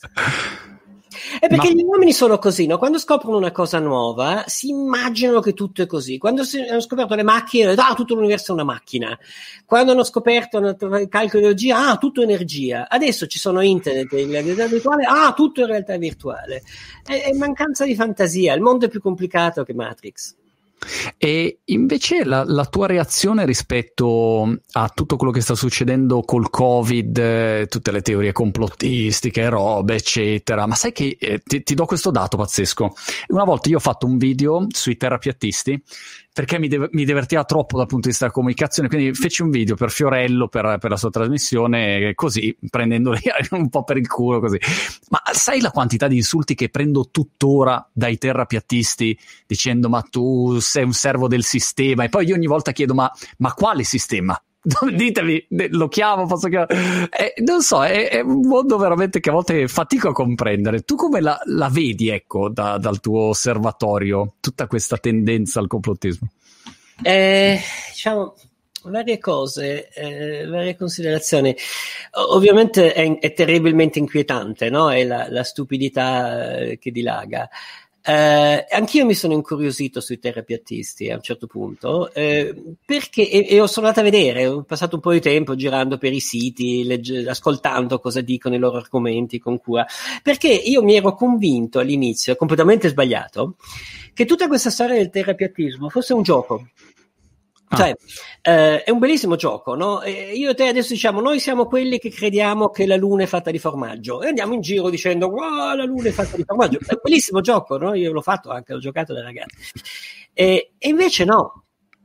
È perché Ma... gli uomini sono così, no? Quando scoprono una cosa nuova si immaginano che tutto è così. Quando si, hanno scoperto le macchine, ah, tutto l'universo è una macchina. Quando hanno scoperto il calcolo di energia, ah, tutto è energia. Adesso ci sono internet e la realtà virtuale, ah, tutto è realtà virtuale. È, è mancanza di fantasia. Il mondo è più complicato che Matrix. E invece la, la tua reazione rispetto a tutto quello che sta succedendo col Covid, eh, tutte le teorie complottistiche, robe eccetera, ma sai che eh, ti, ti do questo dato pazzesco. Una volta io ho fatto un video sui terrapiattisti perché mi, de- mi divertiva troppo dal punto di vista della comunicazione, quindi feci un video per Fiorello, per, per la sua trasmissione, così, prendendoli un po' per il culo così. Ma sai la quantità di insulti che prendo tuttora dai terrapiattisti dicendo ma tu sei un servo del sistema, e poi io ogni volta chiedo ma, ma quale sistema? Ditemi, lo chiamo, posso chiamare? Eh, non so, è, è un mondo veramente che a volte fatico a comprendere. Tu come la, la vedi, ecco, da, dal tuo osservatorio, tutta questa tendenza al complottismo? Eh, diciamo, varie cose, eh, varie considerazioni. Ovviamente è, è terribilmente inquietante, no? È la, la stupidità eh, che dilaga. Eh, anch'io mi sono incuriosito sui terrapiattisti a un certo punto, eh, perché e, e ho sono andato a vedere, ho passato un po' di tempo girando per i siti, legge, ascoltando cosa dicono i loro argomenti con cura, perché io mi ero convinto all'inizio, completamente sbagliato, che tutta questa storia del terrapiattismo fosse un gioco. Ah. Cioè, eh, è un bellissimo gioco, no? E io e te adesso diciamo, noi siamo quelli che crediamo che la luna è fatta di formaggio e andiamo in giro dicendo, wow, la luna è fatta di formaggio. È un bellissimo gioco, no? Io l'ho fatto anche, l'ho giocato da ragazzi. E, e invece no.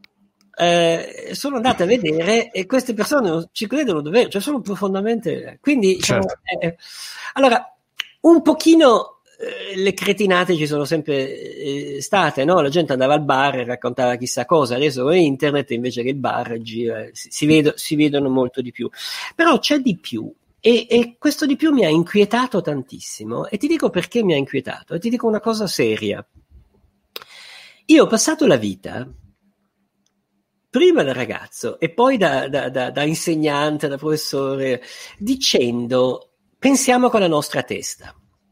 Eh, sono andate a vedere e queste persone non ci credono davvero, cioè sono profondamente... Quindi, diciamo, certo. eh, allora, un pochino... le cretinate ci sono sempre eh, state, no? La gente andava al bar e raccontava chissà cosa. Adesso con internet invece che il bar gira, si, si, vedo, si vedono molto di più, però c'è di più e, e questo di più mi ha inquietato tantissimo, e ti dico perché mi ha inquietato, e ti dico una cosa seria. Io ho passato la vita prima da ragazzo e poi da, da, da, da insegnante, da professore, dicendo pensiamo con la nostra testa.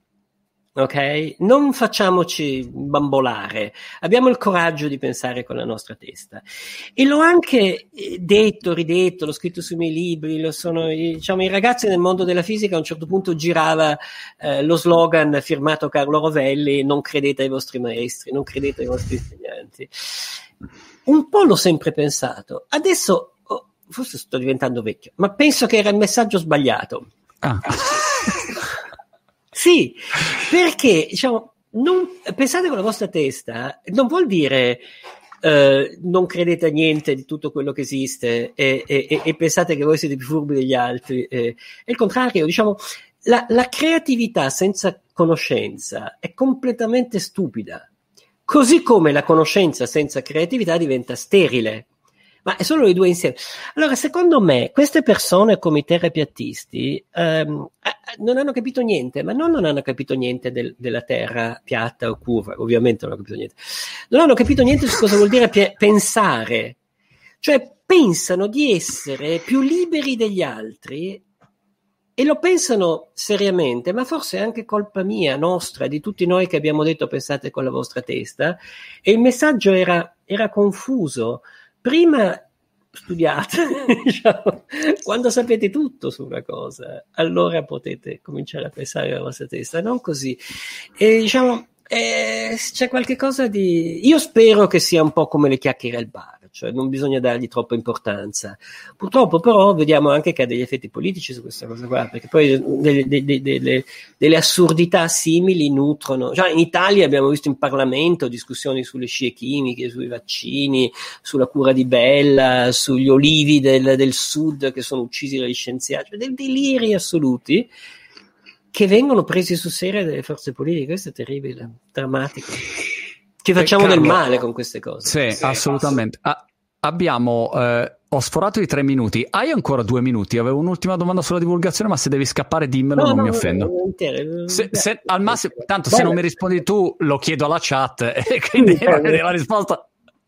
Ok? Non facciamoci bambolare, abbiamo il coraggio di pensare con la nostra testa. E l'ho anche detto, ridetto, l'ho scritto sui miei libri, lo sono, diciamo, i ragazzi nel mondo della fisica a un certo punto girava eh, lo slogan firmato Carlo Rovelli: non credete ai vostri maestri, non credete ai vostri insegnanti. Un po' l'ho sempre pensato, adesso oh, forse sto diventando vecchio, ma penso che era il messaggio sbagliato. Ah. Sì, perché diciamo, non, pensate con la vostra testa non vuol dire eh, non credete a niente di tutto quello che esiste e, e, e pensate che voi siete più furbi degli altri. Eh, è il contrario, diciamo, la, la creatività senza conoscenza è completamente stupida, così come la conoscenza senza creatività diventa sterile. Ma è solo i due insieme. Allora, secondo me, queste persone come i terrapiattisti ehm, non hanno capito niente, ma non, non hanno capito niente del, della terra piatta o curva, ovviamente non hanno capito niente. Non hanno capito niente su cosa vuol dire pe- pensare. Cioè, pensano di essere più liberi degli altri e lo pensano seriamente, ma forse è anche colpa mia, nostra, di tutti noi che abbiamo detto pensate con la vostra testa, e il messaggio era, era confuso. Prima studiate, diciamo, quando sapete tutto su una cosa, allora potete cominciare a pensare alla vostra testa, non così. E diciamo, eh, c'è qualche cosa di... Io spero che sia un po' come le chiacchiere al bar, cioè non bisogna dargli troppa importanza. Purtroppo però vediamo anche che ha degli effetti politici su questa cosa qua, perché poi delle, delle, delle, delle assurdità simili nutrono. Già in Italia abbiamo visto in Parlamento discussioni sulle scie chimiche, sui vaccini, sulla cura di Bella, sugli olivi del, del sud che sono uccisi dagli scienziati, cioè dei deliri assoluti che vengono presi sul serio dalle forze politiche. Questo è terribile, drammatico. Ci facciamo eh, Carlo, del male con queste cose. Sì, sì, assolutamente. Ah, abbiamo, eh, ho sforato i tre minuti. Hai ancora due minuti? Avevo un'ultima domanda sulla divulgazione, ma se devi scappare dimmelo, no, non no, mi offendo. No, se, se, al massimo, tanto Beh, se non mi rispondi tu, lo chiedo alla chat e quindi eh, la risposta.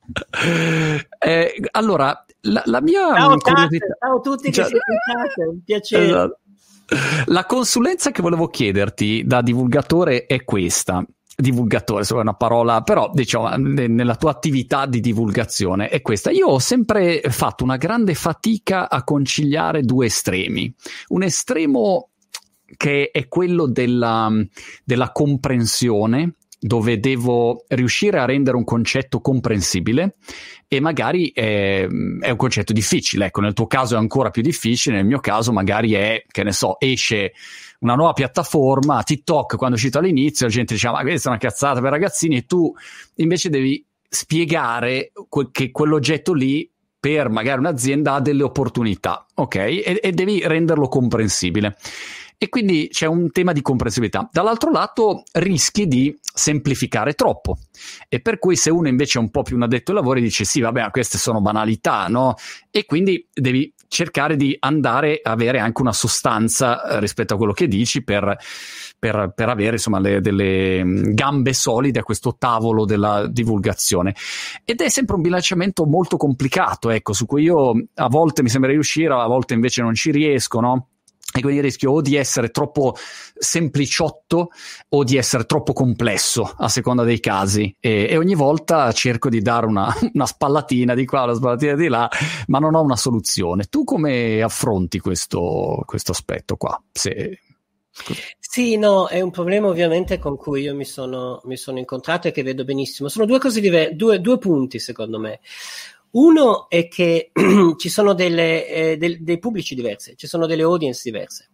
Eh, allora, la, la mia ciao, curiosità... ciao a tutti che siete in chat, un piacere. Esatto. La consulenza che volevo chiederti da divulgatore è questa. Divulgatore, è una parola, però diciamo nella tua attività di divulgazione è questa. Io ho sempre fatto una grande fatica a conciliare due estremi. Un estremo che è quello della, della comprensione, dove devo riuscire a rendere un concetto comprensibile e magari è, è un concetto difficile. Ecco, nel tuo caso è ancora più difficile, nel mio caso magari è, che ne so, esce una nuova piattaforma, TikTok, quando è uscito all'inizio la gente diceva ma questa è una cazzata per ragazzini, e tu invece devi spiegare que- che quell'oggetto lì per magari un'azienda ha delle opportunità, ok? E, e devi renderlo comprensibile. E quindi c'è un tema di comprensibilità. Dall'altro lato rischi di semplificare troppo, e per cui se uno invece è un po' più un addetto ai lavori dice sì vabbè queste sono banalità, no? E quindi devi cercare di andare a avere anche una sostanza rispetto a quello che dici per, per, per avere insomma le, delle gambe solide a questo tavolo della divulgazione, ed è sempre un bilanciamento molto complicato, ecco, su cui io a volte mi sembra riuscire, a volte invece non ci riesco, no? E quindi rischio o di essere troppo sempliciotto o di essere troppo complesso a seconda dei casi, e, e ogni volta cerco di dare una, una spallatina di qua, una spallatina di là, ma non ho una soluzione. Tu come affronti questo, questo aspetto qua? Se... Sì, no, è un problema ovviamente con cui io mi sono, mi sono incontrato e che vedo benissimo. Sono due cose diverse, due, due punti secondo me. Uno è che ci sono delle, eh, del, dei pubblici diversi, ci sono delle audience diverse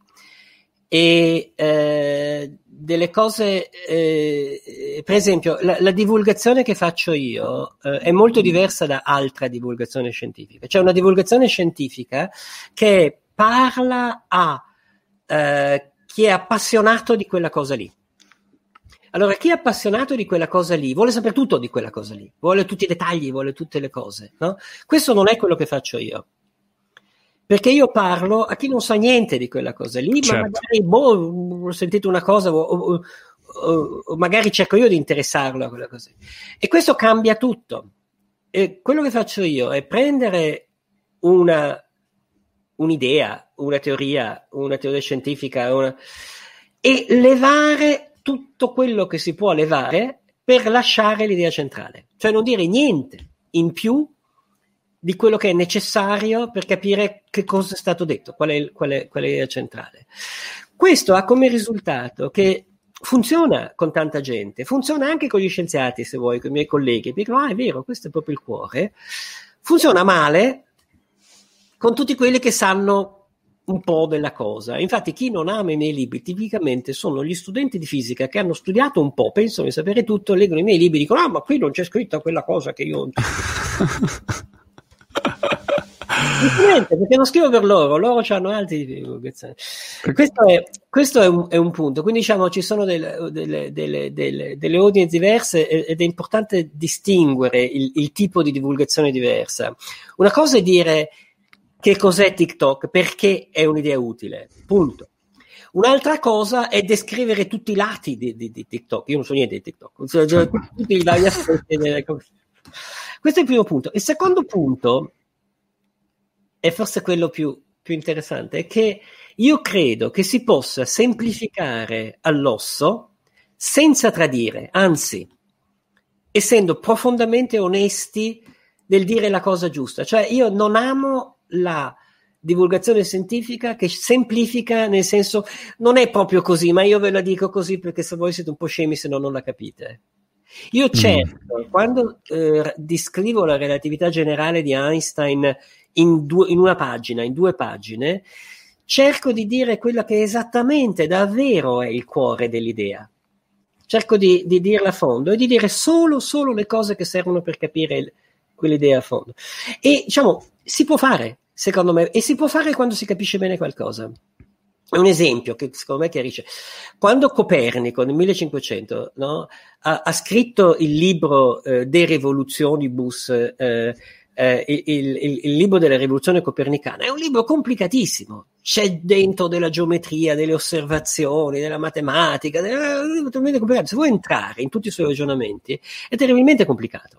e eh, delle cose, eh, per esempio la, la divulgazione che faccio io eh, è molto diversa da altra divulgazione scientifica. C'è una divulgazione scientifica che parla a eh, chi è appassionato di quella cosa lì. Allora, chi è appassionato di quella cosa lì vuole sapere tutto di quella cosa lì, vuole tutti i dettagli, vuole tutte le cose, no? Questo non è quello che faccio io, perché io parlo a chi non sa niente di quella cosa lì, certo. Ma magari, boh, ho sentito una cosa, o, o, o, o magari cerco io di interessarlo a quella cosa lì. E questo cambia tutto. E quello che faccio io è prendere una, un'idea, una teoria, una teoria scientifica, una, e levare tutto quello che si può levare per lasciare l'idea centrale, cioè non dire niente in più di quello che è necessario per capire che cosa è stato detto, qual è, qual è, qual è l'idea centrale. Questo ha come risultato che funziona con tanta gente, funziona anche con gli scienziati, se vuoi, con i miei colleghi, dicono ah è vero, questo è proprio il cuore. Funziona male con tutti quelli che sanno un po' della cosa. Infatti chi non ama i miei libri tipicamente sono gli studenti di fisica che hanno studiato un po', pensano di sapere tutto, leggono i miei libri e dicono ah ma qui non c'è scritta quella cosa che io niente, perché non scrivo per loro, loro hanno altri divulgazioni. Questo è, questo è un, è un punto. Quindi diciamo ci sono delle, delle, delle, delle, delle audience diverse ed è importante distinguere il, il tipo di divulgazione diversa. Una cosa è dire che cos'è TikTok, perché è un'idea utile, punto. Un'altra cosa è descrivere tutti i lati di, di, di TikTok. Io non so niente di TikTok, cioè, tutti i vari aspetti delle... Questo è il primo punto. Il secondo punto è forse quello più, più interessante, è che io credo che si possa semplificare all'osso senza tradire, anzi, essendo profondamente onesti nel dire la cosa giusta. Cioè io non amo la divulgazione scientifica che semplifica, nel senso non è proprio così, ma io ve la dico così perché se voi siete un po' scemi se no non la capite. Io cerco, mm. quando eh, descrivo la relatività generale di Einstein in, due, in una pagina, in due pagine, cerco di dire quello che esattamente, davvero è il cuore dell'idea. Cerco di, di dirla a fondo e di dire solo, solo le cose che servono per capire il, quell'idea a fondo. E diciamo, si può fare, secondo me, e si può fare quando si capisce bene qualcosa. Un esempio che secondo me chiarisce: quando Copernico nel millecinquecento, no, ha, ha scritto il libro eh, De Revolutionibus, eh, eh, il, il, il libro della rivoluzione copernicana, è un libro complicatissimo, c'è dentro della geometria, delle osservazioni, della matematica, della, se vuoi entrare in tutti i suoi ragionamenti è terribilmente complicato.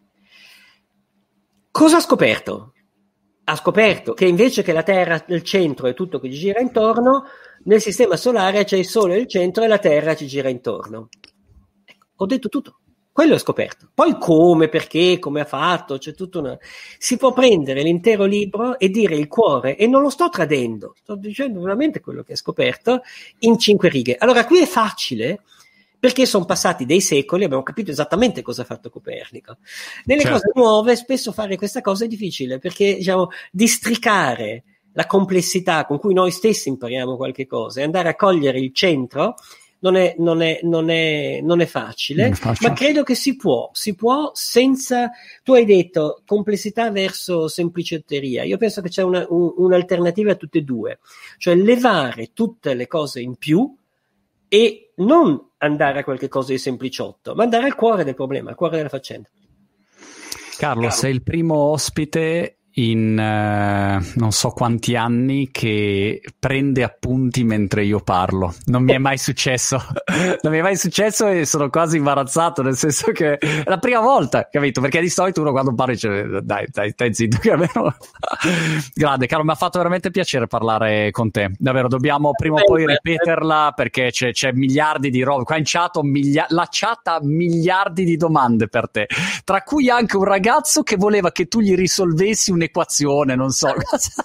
Cosa ha scoperto? Ha scoperto che invece che la Terra nel centro e tutto che ci gira intorno, nel sistema solare c'è il Sole nel centro e la Terra ci gira intorno. Ecco, ho detto tutto. Quello è scoperto. Poi come, perché, come ha fatto, c'è tutto una... Si può prendere l'intero libro e dire il cuore, e non lo sto tradendo, sto dicendo veramente quello che è scoperto in cinque righe. Allora qui è facile, perché sono passati dei secoli, abbiamo capito esattamente cosa ha fatto Copernico. Nelle certo. cose nuove spesso fare questa cosa è difficile, perché diciamo districare la complessità con cui noi stessi impariamo qualche cosa e andare a cogliere il centro non è, non è, non è, non è facile, non è facile, ma credo che si può, si può senza... Tu hai detto complessità verso semplicetteria, io penso che c'è una, un, un'alternativa a tutte e due, cioè levare tutte le cose in più e non andare a qualche cosa di sempliciotto, ma andare al cuore del problema, al cuore della faccenda. Carlo, Carlo. sei il primo ospite in uh, non so quanti anni che prende appunti mentre io parlo. Non mi è mai successo, non mi è mai successo e sono quasi imbarazzato, nel senso che è la prima volta, capito? Perché di solito uno quando parla dice dai, dai, stai zitto, che almeno... Grande, Carlo, mi ha fatto veramente piacere parlare con te, davvero, dobbiamo prima o poi ripeterla perché c'è, c'è miliardi di robe, qua in chat ho milia... la chat ha miliardi di domande per te, tra cui anche un ragazzo che voleva che tu gli risolvessi un un'equazione, non so.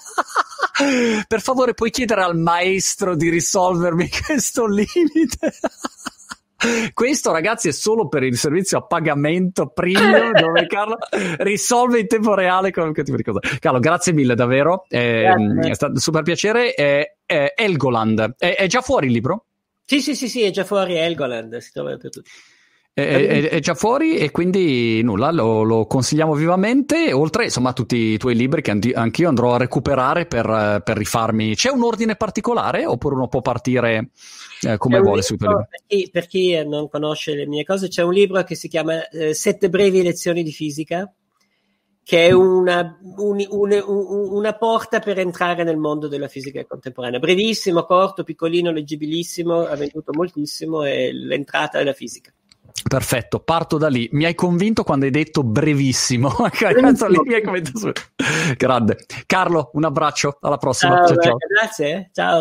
Per favore, puoi chiedere al maestro di risolvermi questo limite? Questo, ragazzi, è solo per il servizio a pagamento premium dove Carlo risolve in tempo reale qualunque tipo di cosa. Carlo, grazie mille, davvero. È, è stato un super piacere. È, è Helgoland. È, è già fuori il libro? Sì, sì, sì, sì, è già fuori Helgoland. Si trova per tutti. È, è, è già fuori e quindi nulla, lo, lo consigliamo vivamente, oltre insomma a tutti i tuoi libri che anch'io andrò a recuperare per, per rifarmi. C'è un ordine particolare oppure uno può partire eh, come vuole sui tuoi libri? Per chi, per chi non conosce le mie cose, c'è un libro che si chiama eh, Sette brevi lezioni di fisica, che è una, un, un, un, una porta per entrare nel mondo della fisica contemporanea. Brevissimo, corto, piccolino, leggibilissimo, ha venduto moltissimo, è l'entrata della fisica. Perfetto, parto da lì. Mi hai convinto quando hai detto brevissimo. Lì mi hai convinto. Grande. Carlo, un abbraccio, alla prossima. Ciao, ciao, ciao. Grazie, ciao.